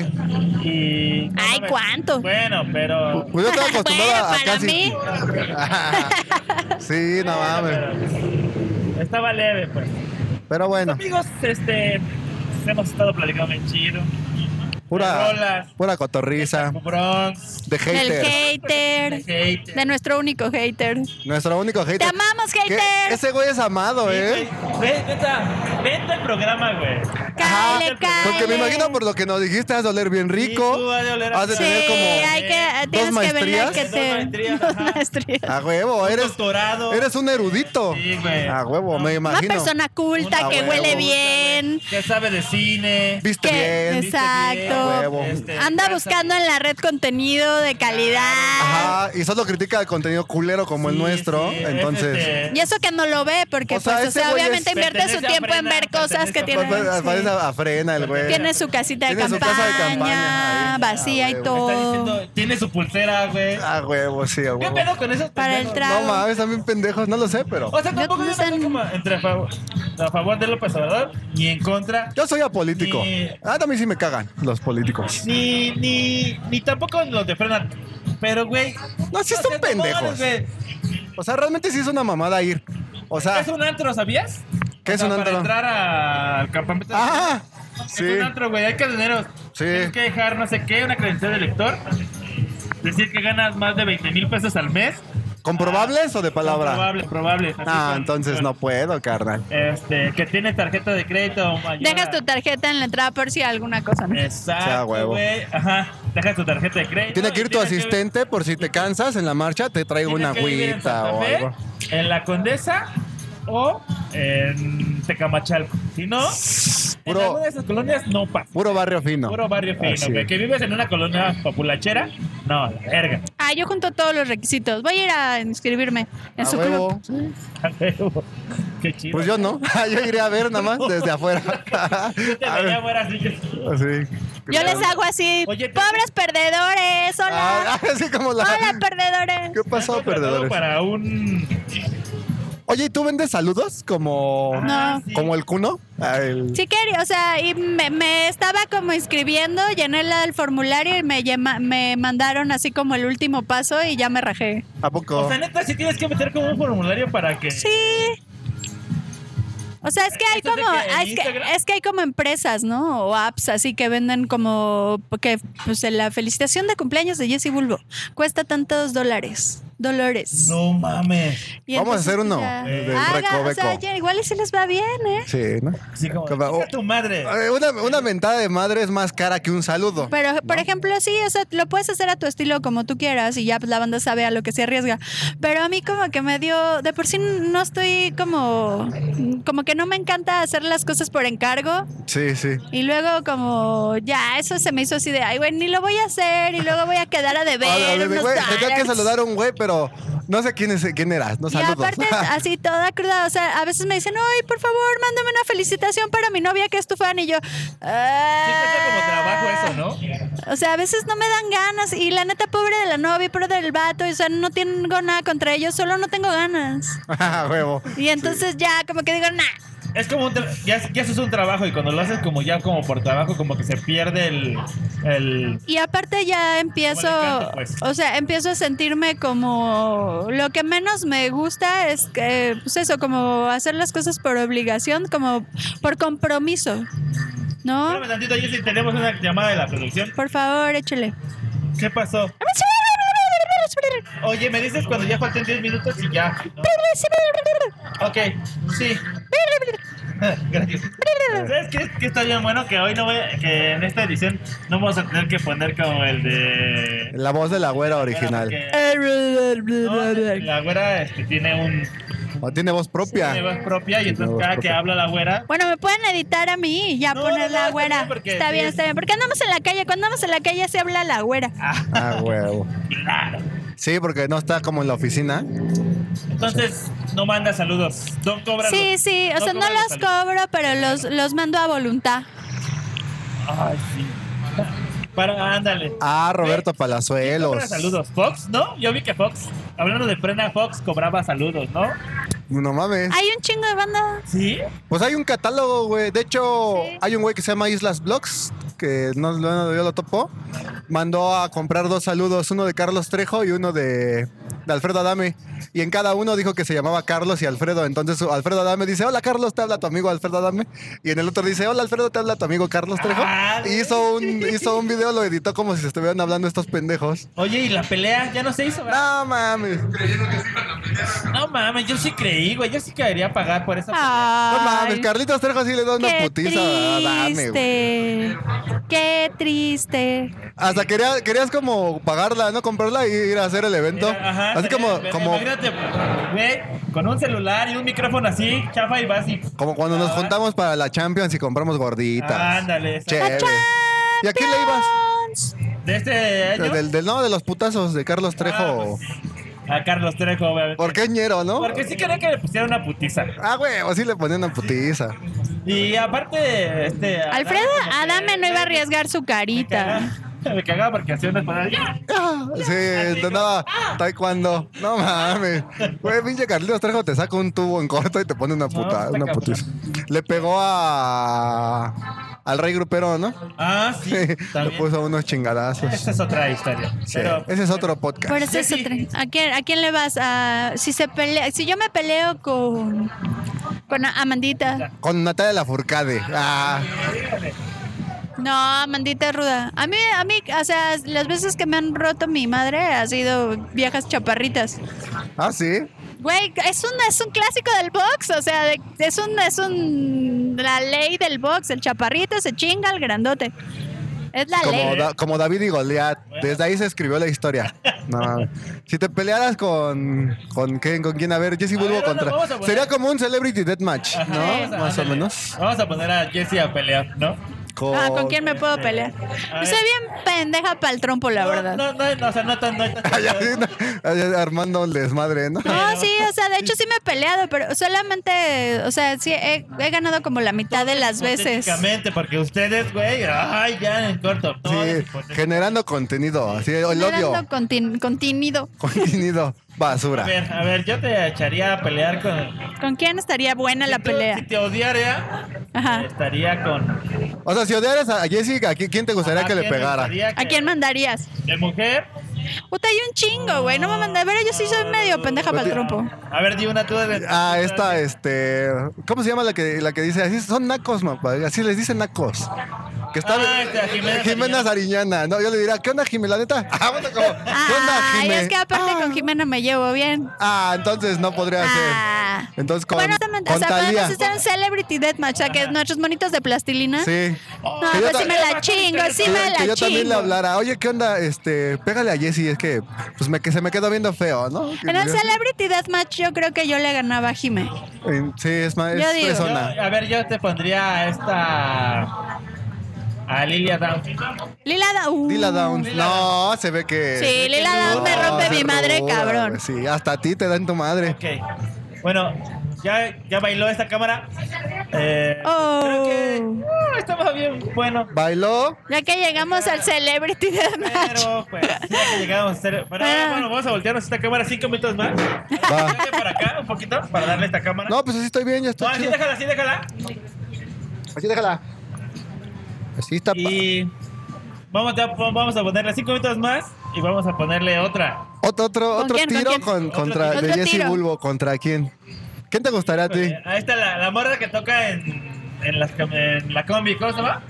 Y. no Ay, mames. ¿cuánto? Bueno, pero. Pues yo estaba acostumbrado Bueno, a para casi. mí. Sí, no mames. Estaba leve, pues. Pero bueno, Amigos, hemos estado platicando en chido. De pura rolas, cotorriza. de Bronx, De El hater. hater. de hate. De nuestro único hater. Nuestro único hater. Te amamos, Que hater. ese güey es amado, ¿eh? Vente al programa, güey. Cáele, Porque me cáele. imagino por lo que nos dijiste, has de oler bien Sí, rico. tú has de oler a- Has de Sí, tener como hay que, tienes que venir maestrías. que Dos te... maestrías, Dos ajá. maestrías. A huevo, Un eres doctorado. un erudito. Sí, güey. A huevo, me Una imagino. persona culta A que huevo. huele bien. Que sabe de cine. Viste Que- bien. viste Exacto. A huevo. Anda buscando en la red contenido de calidad. Ajá, y solo critica el contenido culero como el Sí, nuestro. sí, Entonces, Y eso que no lo ve, porque O sea, pues, ese güey obviamente es- invierte su pertenece a tiempo en Frena, ver cosas que pertenece a tienen. pues, parece a frena el güey. Tiene su casita de Tiene su casa de campaña campaña, ahí. vacía Ah, y huevo. Está todo. diciendo, tiene su pulsera, güey. A huevo, sí, a ¿Qué huevo. pedo con esos Para el pendejos? trago. No mames, también pendejos, no lo sé, pero. O sea, tampoco yo No sé. estoy como a favor de López Obrador, ni en contra, Yo soy apolítico. Ni- También sí me cagan los políticos. ni tampoco los de Frena. Pero, güey. No, sí no son seas pendejos. mamones, güey. O sea, realmente sí es una mamada ir. O sea, Es un antro, ¿sabías? ¿Qué O es sea, un antro? Para entrar al campamento. ah, Es sí. un antro, güey. Hay que tener. Sí. Tienes que dejar no sé qué, una credencial de lector. Decir que ganas más de 20,000 pesos al mes. ¿Comprobables o de palabra? Probable. Así Ah, son. entonces no puedo, carnal. Que tiene tarjeta de crédito mayor. Dejas tu tarjeta en la entrada por si alguna cosa, ¿no? Sí, a Exacto, huevo. güey. Ajá. Dejas tu tarjeta de crédito. Tiene que ir y tu tienes que- asistente por si te cansas en la marcha, te traigo tienes una que vivir en agüita Santa o Fe, algo. En la Condesa o en Tecamachalco. Si no, en Puro- alguna de esas colonias no pasa. Puro barrio fino. Puro barrio fino, Así. güey. Que vives en una colonia populachera, no, la verga. Ah, yo junto todos los requisitos. Voy a ir a inscribirme en A su huevo. club. Qué chido. Pues yo no. Yo iría a ver nada más desde afuera. Yo te A veía ver, fuera así que. así. Yo les hago así, Oye, te- pobres perdedores, hola. Ah, así como la. Hola, perdedores. ¿Qué pasó, Tengo tratado perdedores? Para un. Oye, ¿y tú vendes saludos como, No. sí. como el cuno? Sí quería, o sea, y me estaba como inscribiendo, llené el formulario y me mandaron así como el último paso y ya me rajé. ¿A poco? O sea, neta, si tienes que meter como un formulario para que. Sí. O sea, es que hay ¿Esto es de como, qué? ¿En Instagram? es que hay como empresas, ¿no? O apps así que venden como que pues la felicitación de cumpleaños de Jessy Bulbo cuesta tantos $. Dolores. No mames. Y Vamos a entonces, hacer uno ya- del Haga, o sea, recoveco. ya, igual y si les va bien, ¿eh? Sí, ¿no? Así como, Como- "Chinga tu madre". Una mentada de madre es más cara que un saludo. Pero, por ejemplo, sí, o sea, lo puedes hacer a tu estilo como tú quieras y ya pues, la banda sabe a lo que se arriesga. Pero a mí como que me dio, de por sí no estoy como que no me encanta hacer las cosas por encargo. Sí, sí. Y luego como ya eso se me hizo así de, ay, güey, ni lo voy a hacer y luego voy a quedar a deber unos Güey, tenía que dólares. saludar a un güey, pero no sé quién eras. No Y saludos. aparte, así toda cruda, o sea, a veces me dicen, ay, por favor, mándame una felicitación para mi novia que es tu fan. Y yo, Sí, cuesta como trabajo eso, ¿no? o sea, a veces no me dan ganas. Y la neta, pobre de la novia, pobre del vato, o sea, no tengo nada contra ellos, solo no tengo ganas. Huevo. Y entonces ya, como que digo, nah. Es como ya eso es un trabajo y cuando lo haces como ya como por trabajo como que se pierde el Y aparte ya empiezo, Como le encanta, pues. o sea, empiezo a sentirme como lo que menos me gusta es que, pues eso, como hacer las cosas por obligación, como por compromiso, ¿no? Espérame tantito, Jessy, tenemos una llamada de la producción. Por favor, échale. ¿Qué pasó? Oye, me dices cuando ya falten 10 minutos y ya. ¿no? Ok, sí. Gracias. ¿Sabes qué está bien bueno? Que hoy que en esta edición no vamos a tener que poner como el de... La voz de la güera original. Porque, no, la güera tiene O tiene voz propia. tiene voz propia y Tiene entonces voz cada que propia. habla la güera... Bueno, me pueden editar a mí y ya No, poner no, la está güera. bien, porque Está bien, sí. está bien. Porque andamos en la calle, cuando andamos en la calle se habla la güera. Ah, huevo. Claro. Sí, porque no está como en la oficina. Entonces, no manda saludos. No cobra Sí, los- sí, o sea, no cobra los saludos. cobro, pero los mando a voluntad. Ay, sí. Ándale. Ah, Roberto ¿Quién cobra Palazuelos. saludos? ¿Fox? ¿No? Yo vi que Fox, hablando de Frena, Fox cobraba saludos, ¿no? No mames. Hay un chingo de banda. ¿Sí? Pues hay un catálogo, güey. De hecho, Sí. hay un güey que se llama Islas Blogs, que yo lo topo. Mandó a comprar 2 saludos, uno de Carlos Trejo y uno de Alfredo Adame. Y en cada uno dijo que se llamaba Carlos y Alfredo. Entonces Alfredo Adame dice, hola Carlos, te habla tu amigo Alfredo Adame. Y en el otro dice, hola Alfredo, te habla tu amigo Carlos Trejo. Ah, Y hizo un video, lo editó como si se estuvieran hablando estos pendejos. Oye, ¿y la pelea ya no se hizo, verdad? No mames. No mames, yo sí creí, güey. Yo sí quería pagar por esa pelea. No mames, Ay, Carlitos Trejo sí le da una qué putiza a Adame, güey. triste. Qué triste. Hasta querías como pagarla, ¿no? Comprarla y ir a hacer el evento. Ajá, Así como Imagínate, güey, con un celular y un micrófono así, chafa y vas y... como cuando nos juntamos para la Champions y compramos gorditas. Ándale. esa- Chévere. ¿Y a quién le ibas? De este año... No, de los putazos de Carlos Trejo. A Carlos Trejo, obviamente. ¿Por qué ñero, no? Porque sí quería que le pusiera una putiza. Ah, güey, o sí le ponían una putiza. Y aparte, Alfredo Adame no iba a arriesgar su carita. Me cagaba porque hacía unas palabras. Sí, entrenaba taekwondo. No mames. Güey, pinche Carlitos Trejo te saca un tubo en corto y te pone una No, está una cabrón. putiza. Le pegó al rey grupero, ¿no? Ah, sí, Le también. puso unos chingadazos. Esa es otra historia. Sí, Pero, ese es otro podcast. Por eso es Sí. otra. ¿A quién le vas? Si yo me peleo con Amandita. Con Natalia Lafourcade. Ah, No, Amandita es ruda. A mí, o sea, las veces que me han roto mi madre ha sido viejas chaparritas. sí. Güey, es un clásico del box, o sea, la ley del box. El chaparrito se chinga al grandote. Es la ley. Como David y Goliat. Desde ahí se escribió la historia. No mames. Si te pelearas con quién, a ver, Jesse Bulbo ver, contra. vamos a poner- Sería como un celebrity deathmatch, Ajá, ¿no? vamos a- Más o ándale. menos. Vamos a poner a Jessie a pelear, ¿no? ¿Con quién me puedo pelear? A ver. Soy bien pendeja para el trompo, la verdad. No, o sea, no tan... Ay, así, ¿no? Ay, armando un desmadre, ¿no? No, sí, o sea, de hecho sí me he peleado, pero solamente, o sea, sí he ganado como la mitad de las veces. Hipotéticamente, porque ustedes, güey, ay, ya en corto. todo es Sí, hipotético. generando contenido, así, el odio. Generando contenido. Contenido, basura. A ver, yo te echaría a pelear con... ¿Con quién estaría buena la Si pelea? te odiara, Ajá. estaría con... O sea, si odiaras a Jesse, ¿quién te gustaría que le pegara? ¿A quién mandarías? ¿De mujer? Puta, hay un chingo, güey. No me mandas. A ver, yo sí soy medio pendeja para el trompo. A ver, di una tú de... Esta, ¿cómo se llama la que dice? Así son nacos, mapa. Así les dicen nacos. Que está Jimena Sariñana. No, yo le diría, ¿qué onda, Jimena? La neta. Ah, bueno, como, ¿qué onda, Ay, Jimena? es que aparte con Jimena me llevo bien. Ah, entonces no podría ser. Entonces con, bueno, con o sea, Thalía. podemos hacer un Celebrity Deathmatch, o sea, que nuestros monitos de plastilina. Sí. No, Que yo pues sí me la chingo, sí que, me que la yo también le chingo. hablara, oye, ¿qué onda? Pégale a Jessie, es que pues que se me quedó viendo feo, ¿no? En el Celebrity Deathmatch yo creo que yo le ganaba a Jime. Sí, es más, Yo es digo. fresona. A ver, yo te pondría a esta... A Lilia Downs. Lila Downs. No, se ve que. Sí, Lila Downs me rompe se mi madre, ruda, cabrón. güey. Sí, hasta a ti te dan tu madre. Ok. Bueno, ya bailó esta cámara. Creo que estaba bien bueno. Bailó. Ya que llegamos al Celebrity Deathmatch. Pero, pues, ya que llegamos a hacer. Bueno, vamos a voltearnos esta cámara 5 minutos más. Va. Dale para acá un poquito para darle esta cámara. No, pues así estoy bien, ya No, estoy así chido. déjala, así déjala. Así déjala. Así está. Y vamos a ponerle 5 minutos más y vamos a ponerle otra. Otro ¿Con quién? tiro ¿Con quién? contra Otro de Jessie tiro. Bulbo. ¿Contra quién? ¿Quién te gustaría a ti? Ahí está la morra que toca en la combi, ¿cómo se llama?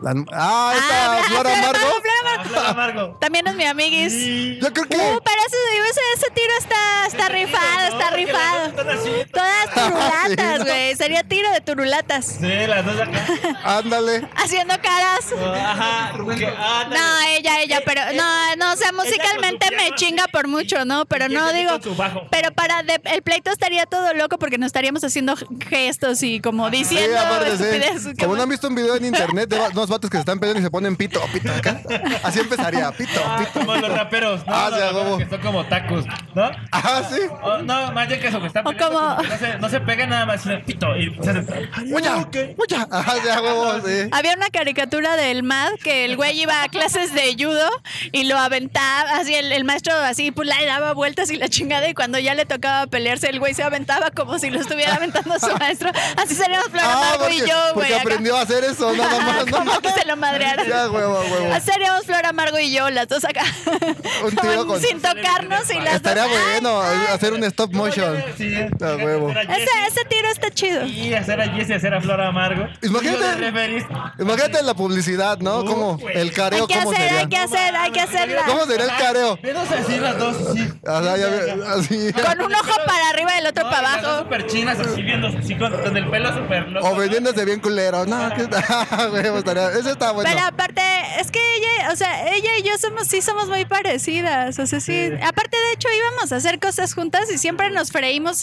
Esta Flor Amargo. Flor Amargo. También es mi amiguis. Sí. Yo creo que. Pero ese tiro está rifado, está No, rifado. que las dos están así. Todas turulatas, Sí, ¿no? güey. Sería tiro de turulatas. Sí, las dos acá. Ándale. Haciendo caras. Ajá. No, ella, pero no, o sea, musicalmente con su me piano, chinga por mucho, ¿no? Pero no Ella digo, con su bajo. pero el pleito estaría todo loco porque nos estaríamos haciendo gestos y como Sí, diciendo aparte, sí. estupideces. Como no han visto un video en internet de unos vatos que se están peleando y se ponen pito acá. Así empezaría, pito. Como los raperos, ¿no? Ah, Los sí, a raperos huevo. que son como tacos, ¿no? Ah, sí. No, más bien que eso, que están O peleando, como- como que no se pegan nada más, sino pito. Y se hacen... Mucha. Ajá, sí, a huevo, sí. Había una caricatura del MAD que el güey iba a clases de judo y lo aventaba, así el maestro así, pues le daba vueltas y la chingada y cuando ya le tocaba pelearse el güey se aventaba como si lo estuviera aventando su maestro. Así seríamos Flor Amargo y yo, güey. porque acá. aprendió a hacer eso, nada más. ¿no? Como que se lo madrearon. Ya, huevo. Seríamos Flor Amargo y yo, las dos acá. Un tiro con- Sin tocarnos y las Estaría dos. bueno Ay, hacer un stop motion. Sí, A huevo. ese tiro está chido. Y hacer a Jessie, hacer a Flor Amargo. Imagínate. Y yo de referees. Imagínate la publicidad, ¿no? Como güey. el careo, Hay que ¿cómo sería? hay que hacerla. ¿Cómo sería el careo? Venos así las dos, sí. O sea, así. Con un ojo para arriba y el otro para abajo. Súper chinas, así viendo, así con el pelo súper loco. O vendiéndose bien culero. No, que huevo, ese está bueno. Pero aparte, es que ella y yo somos muy parecidas. O sea, sí. Aparte, de hecho, íbamos a hacer cosas juntas y siempre nos freímos.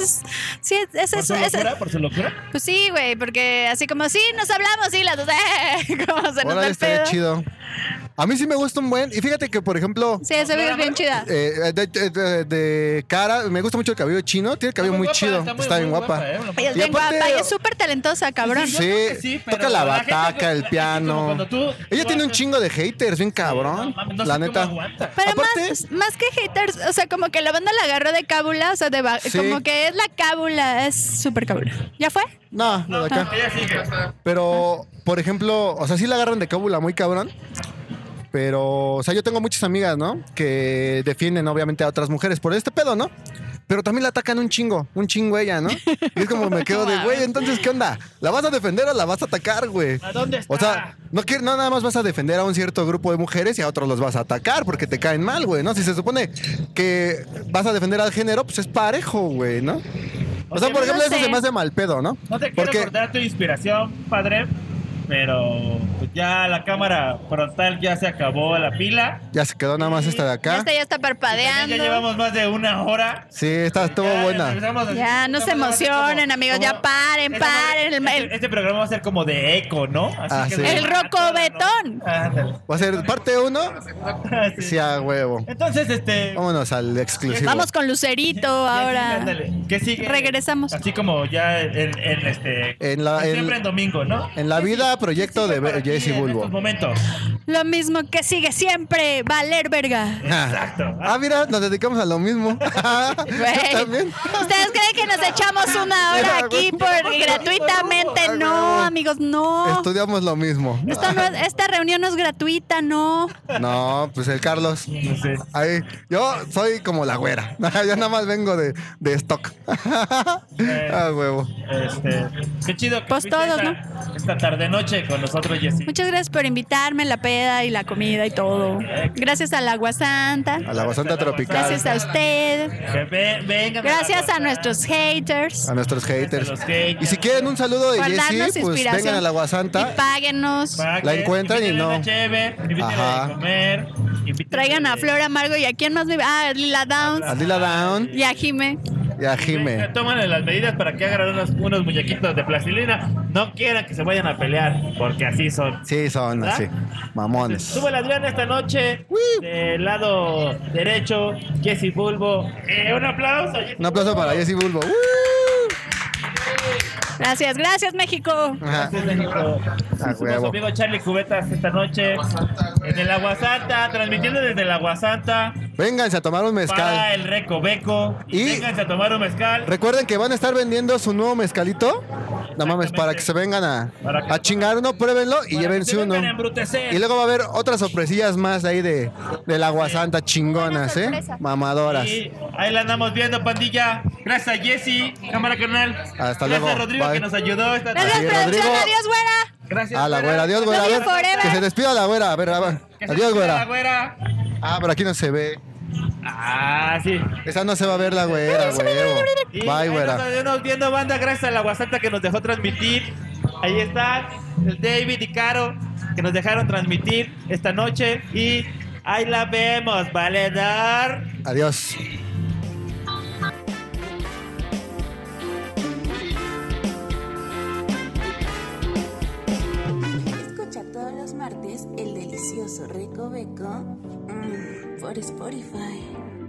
¿Por su locura? Pues sí, güey, porque así como sí, nos hablamos, sí, las dos, como se nos da Órale, el estaría pedo. chido. A mí sí me gusta un buen. Y fíjate que, por ejemplo, Sí, esa es bien chida. de cara, me gusta mucho el cabello chino. Tiene el cabello muy chido. Está bien guapa. Ella es Y bien aparte- guapa y es súper talentosa, cabrón. Sí, creo que sí, pero toca la la gente bataca, como- el la gente piano. como cuando tú Ella tiene un haces- chingo de haters, bien cabrón. No La sé neta. cómo aguanta. Pero Aparte- más que haters, o sea, como que la banda la agarró de cábula, o sea, Sí. como que es la cábula, es súper cábula. ¿Ya fue? No, no de acá. Ella sigue. Pero, por ejemplo, o sea, sí la agarran de cábula muy cabrón. Pero, o sea, yo tengo muchas amigas, ¿no? Que defienden obviamente a otras mujeres por este pedo, ¿no? Pero también la atacan un chingo ella, ¿no? Y es como me quedo de, güey, entonces, ¿qué onda? ¿La vas a defender o la vas a atacar, güey? ¿A dónde está? O sea, no nada más vas a defender a un cierto grupo de mujeres y a otros los vas a atacar porque te caen mal, güey, ¿no? Si se supone que vas a defender al género, pues es parejo, güey, ¿no? O sea, por no ejemplo, eso sé. se me hace mal pedo, ¿no? No te quiero Porque cortar tu inspiración, padre, pero pues ya la cámara frontal ya se acabó la pila. ya se quedó nada más esta de Ya acá. está También parpadeando. ya llevamos más de una hora. Sí, estuvo Ya buena. empezamos a- Ya, no se empezamos a hacer emocionen, amigos, ya paren. Este programa va a ser como de eco, ¿no? Ah, sí. El rocobetón. Ándale. Va a ser parte 1. Sí, a huevo. Entonces, Vámonos al exclusivo. Vamos con Lucerito ahora. Ándale. ¿Qué sigue? Regresamos. Así como ya En la- siempre en domingo, ¿no? en la vida, proyecto de Para ti Jessie en Bulbo. estos momentos. Lo mismo que sigue siempre, valer verga. Exacto. Ah, mira, nos dedicamos a lo mismo. Güey. También. ¿Ustedes creen que nos echamos una hora aquí gratuitamente? No, amigos, no. Estudiamos lo mismo. Esta reunión no es gratuita, no. No, pues el Carlos. No sé. Ahí, yo soy como la güera. Yo nada más vengo de stock. Ah, huevo. Qué chido que Pues fuiste todos, esta tarde-noche con nosotros, Jessy. Muchas gracias por invitarme, la peda y la comida y todo. Gracias al Agua Santa. A la Guasanta Tropical. Gracias a usted. Vengan Gracias a nuestros haters. A nuestros haters. los haters. Y si quieren un saludo de Por darnos Jessy, pues inspiración. vengan a la Guasanta. Y páguenos. La encuentran y no. Invítenle Ajá. a comer. invítenle- Traigan a Flor Amargo y a quién más vive. Ah, a Lila Downs. A Lila Down Y a Jime. y a Jime. Toman las medidas para que hagan unos muñequitos de plastilina. No quieran que se vayan a pelear, porque así son. Sí, son ¿Verdad? así. Mamones. Sube el Adrián esta noche. Del lado derecho, Jessy Bulbo. Un aplauso. Jessy Un aplauso Bulbo. para Jessy Bulbo. Gracias, gracias, México. Ajá. Gracias, México. A Su huevo. amigo Charlie Cubetas esta noche en el Agua Santa, transmitiendo desde el Agua Santa Vénganse a tomar un para mezcal. el Recoveco. Y- Y vénganse a tomar un mezcal. Recuerden que van a estar vendiendo su nuevo mezcalito. No mames, para que se vengan Para que- a chingar uno, pruébenlo y Para llévense que se uno. vengan a embrutecer. Y luego va a haber otras sorpresillas más ahí del Agua Santa chingonas, Buena ¿eh? sorpresa. Mamadoras. Y ahí la andamos viendo, pandilla. Gracias a Jessy, cámara carnal. Hasta Gracias luego. a Rodrigo Bye. que nos ayudó esta Gracias, Así es, producción. Rodrigo. Adiós, güera. Gracias. A la güera, adiós, güera. A ver, Love you forever. que se despida la güera. A ver, Que se adiós, despida la güera. güera. Ah, pero aquí no se ve. Ah, sí. Esa no se va a ver la güera, huevo. Y Bye, ahí güera. nos estamos viendo, banda, gracias a la Guasanta que nos dejó transmitir. Ahí está el David y Caro que nos dejaron transmitir esta noche. Y ahí la vemos, valedor. Adiós. Escucha todos los martes el delicioso Recoveco por Spotify.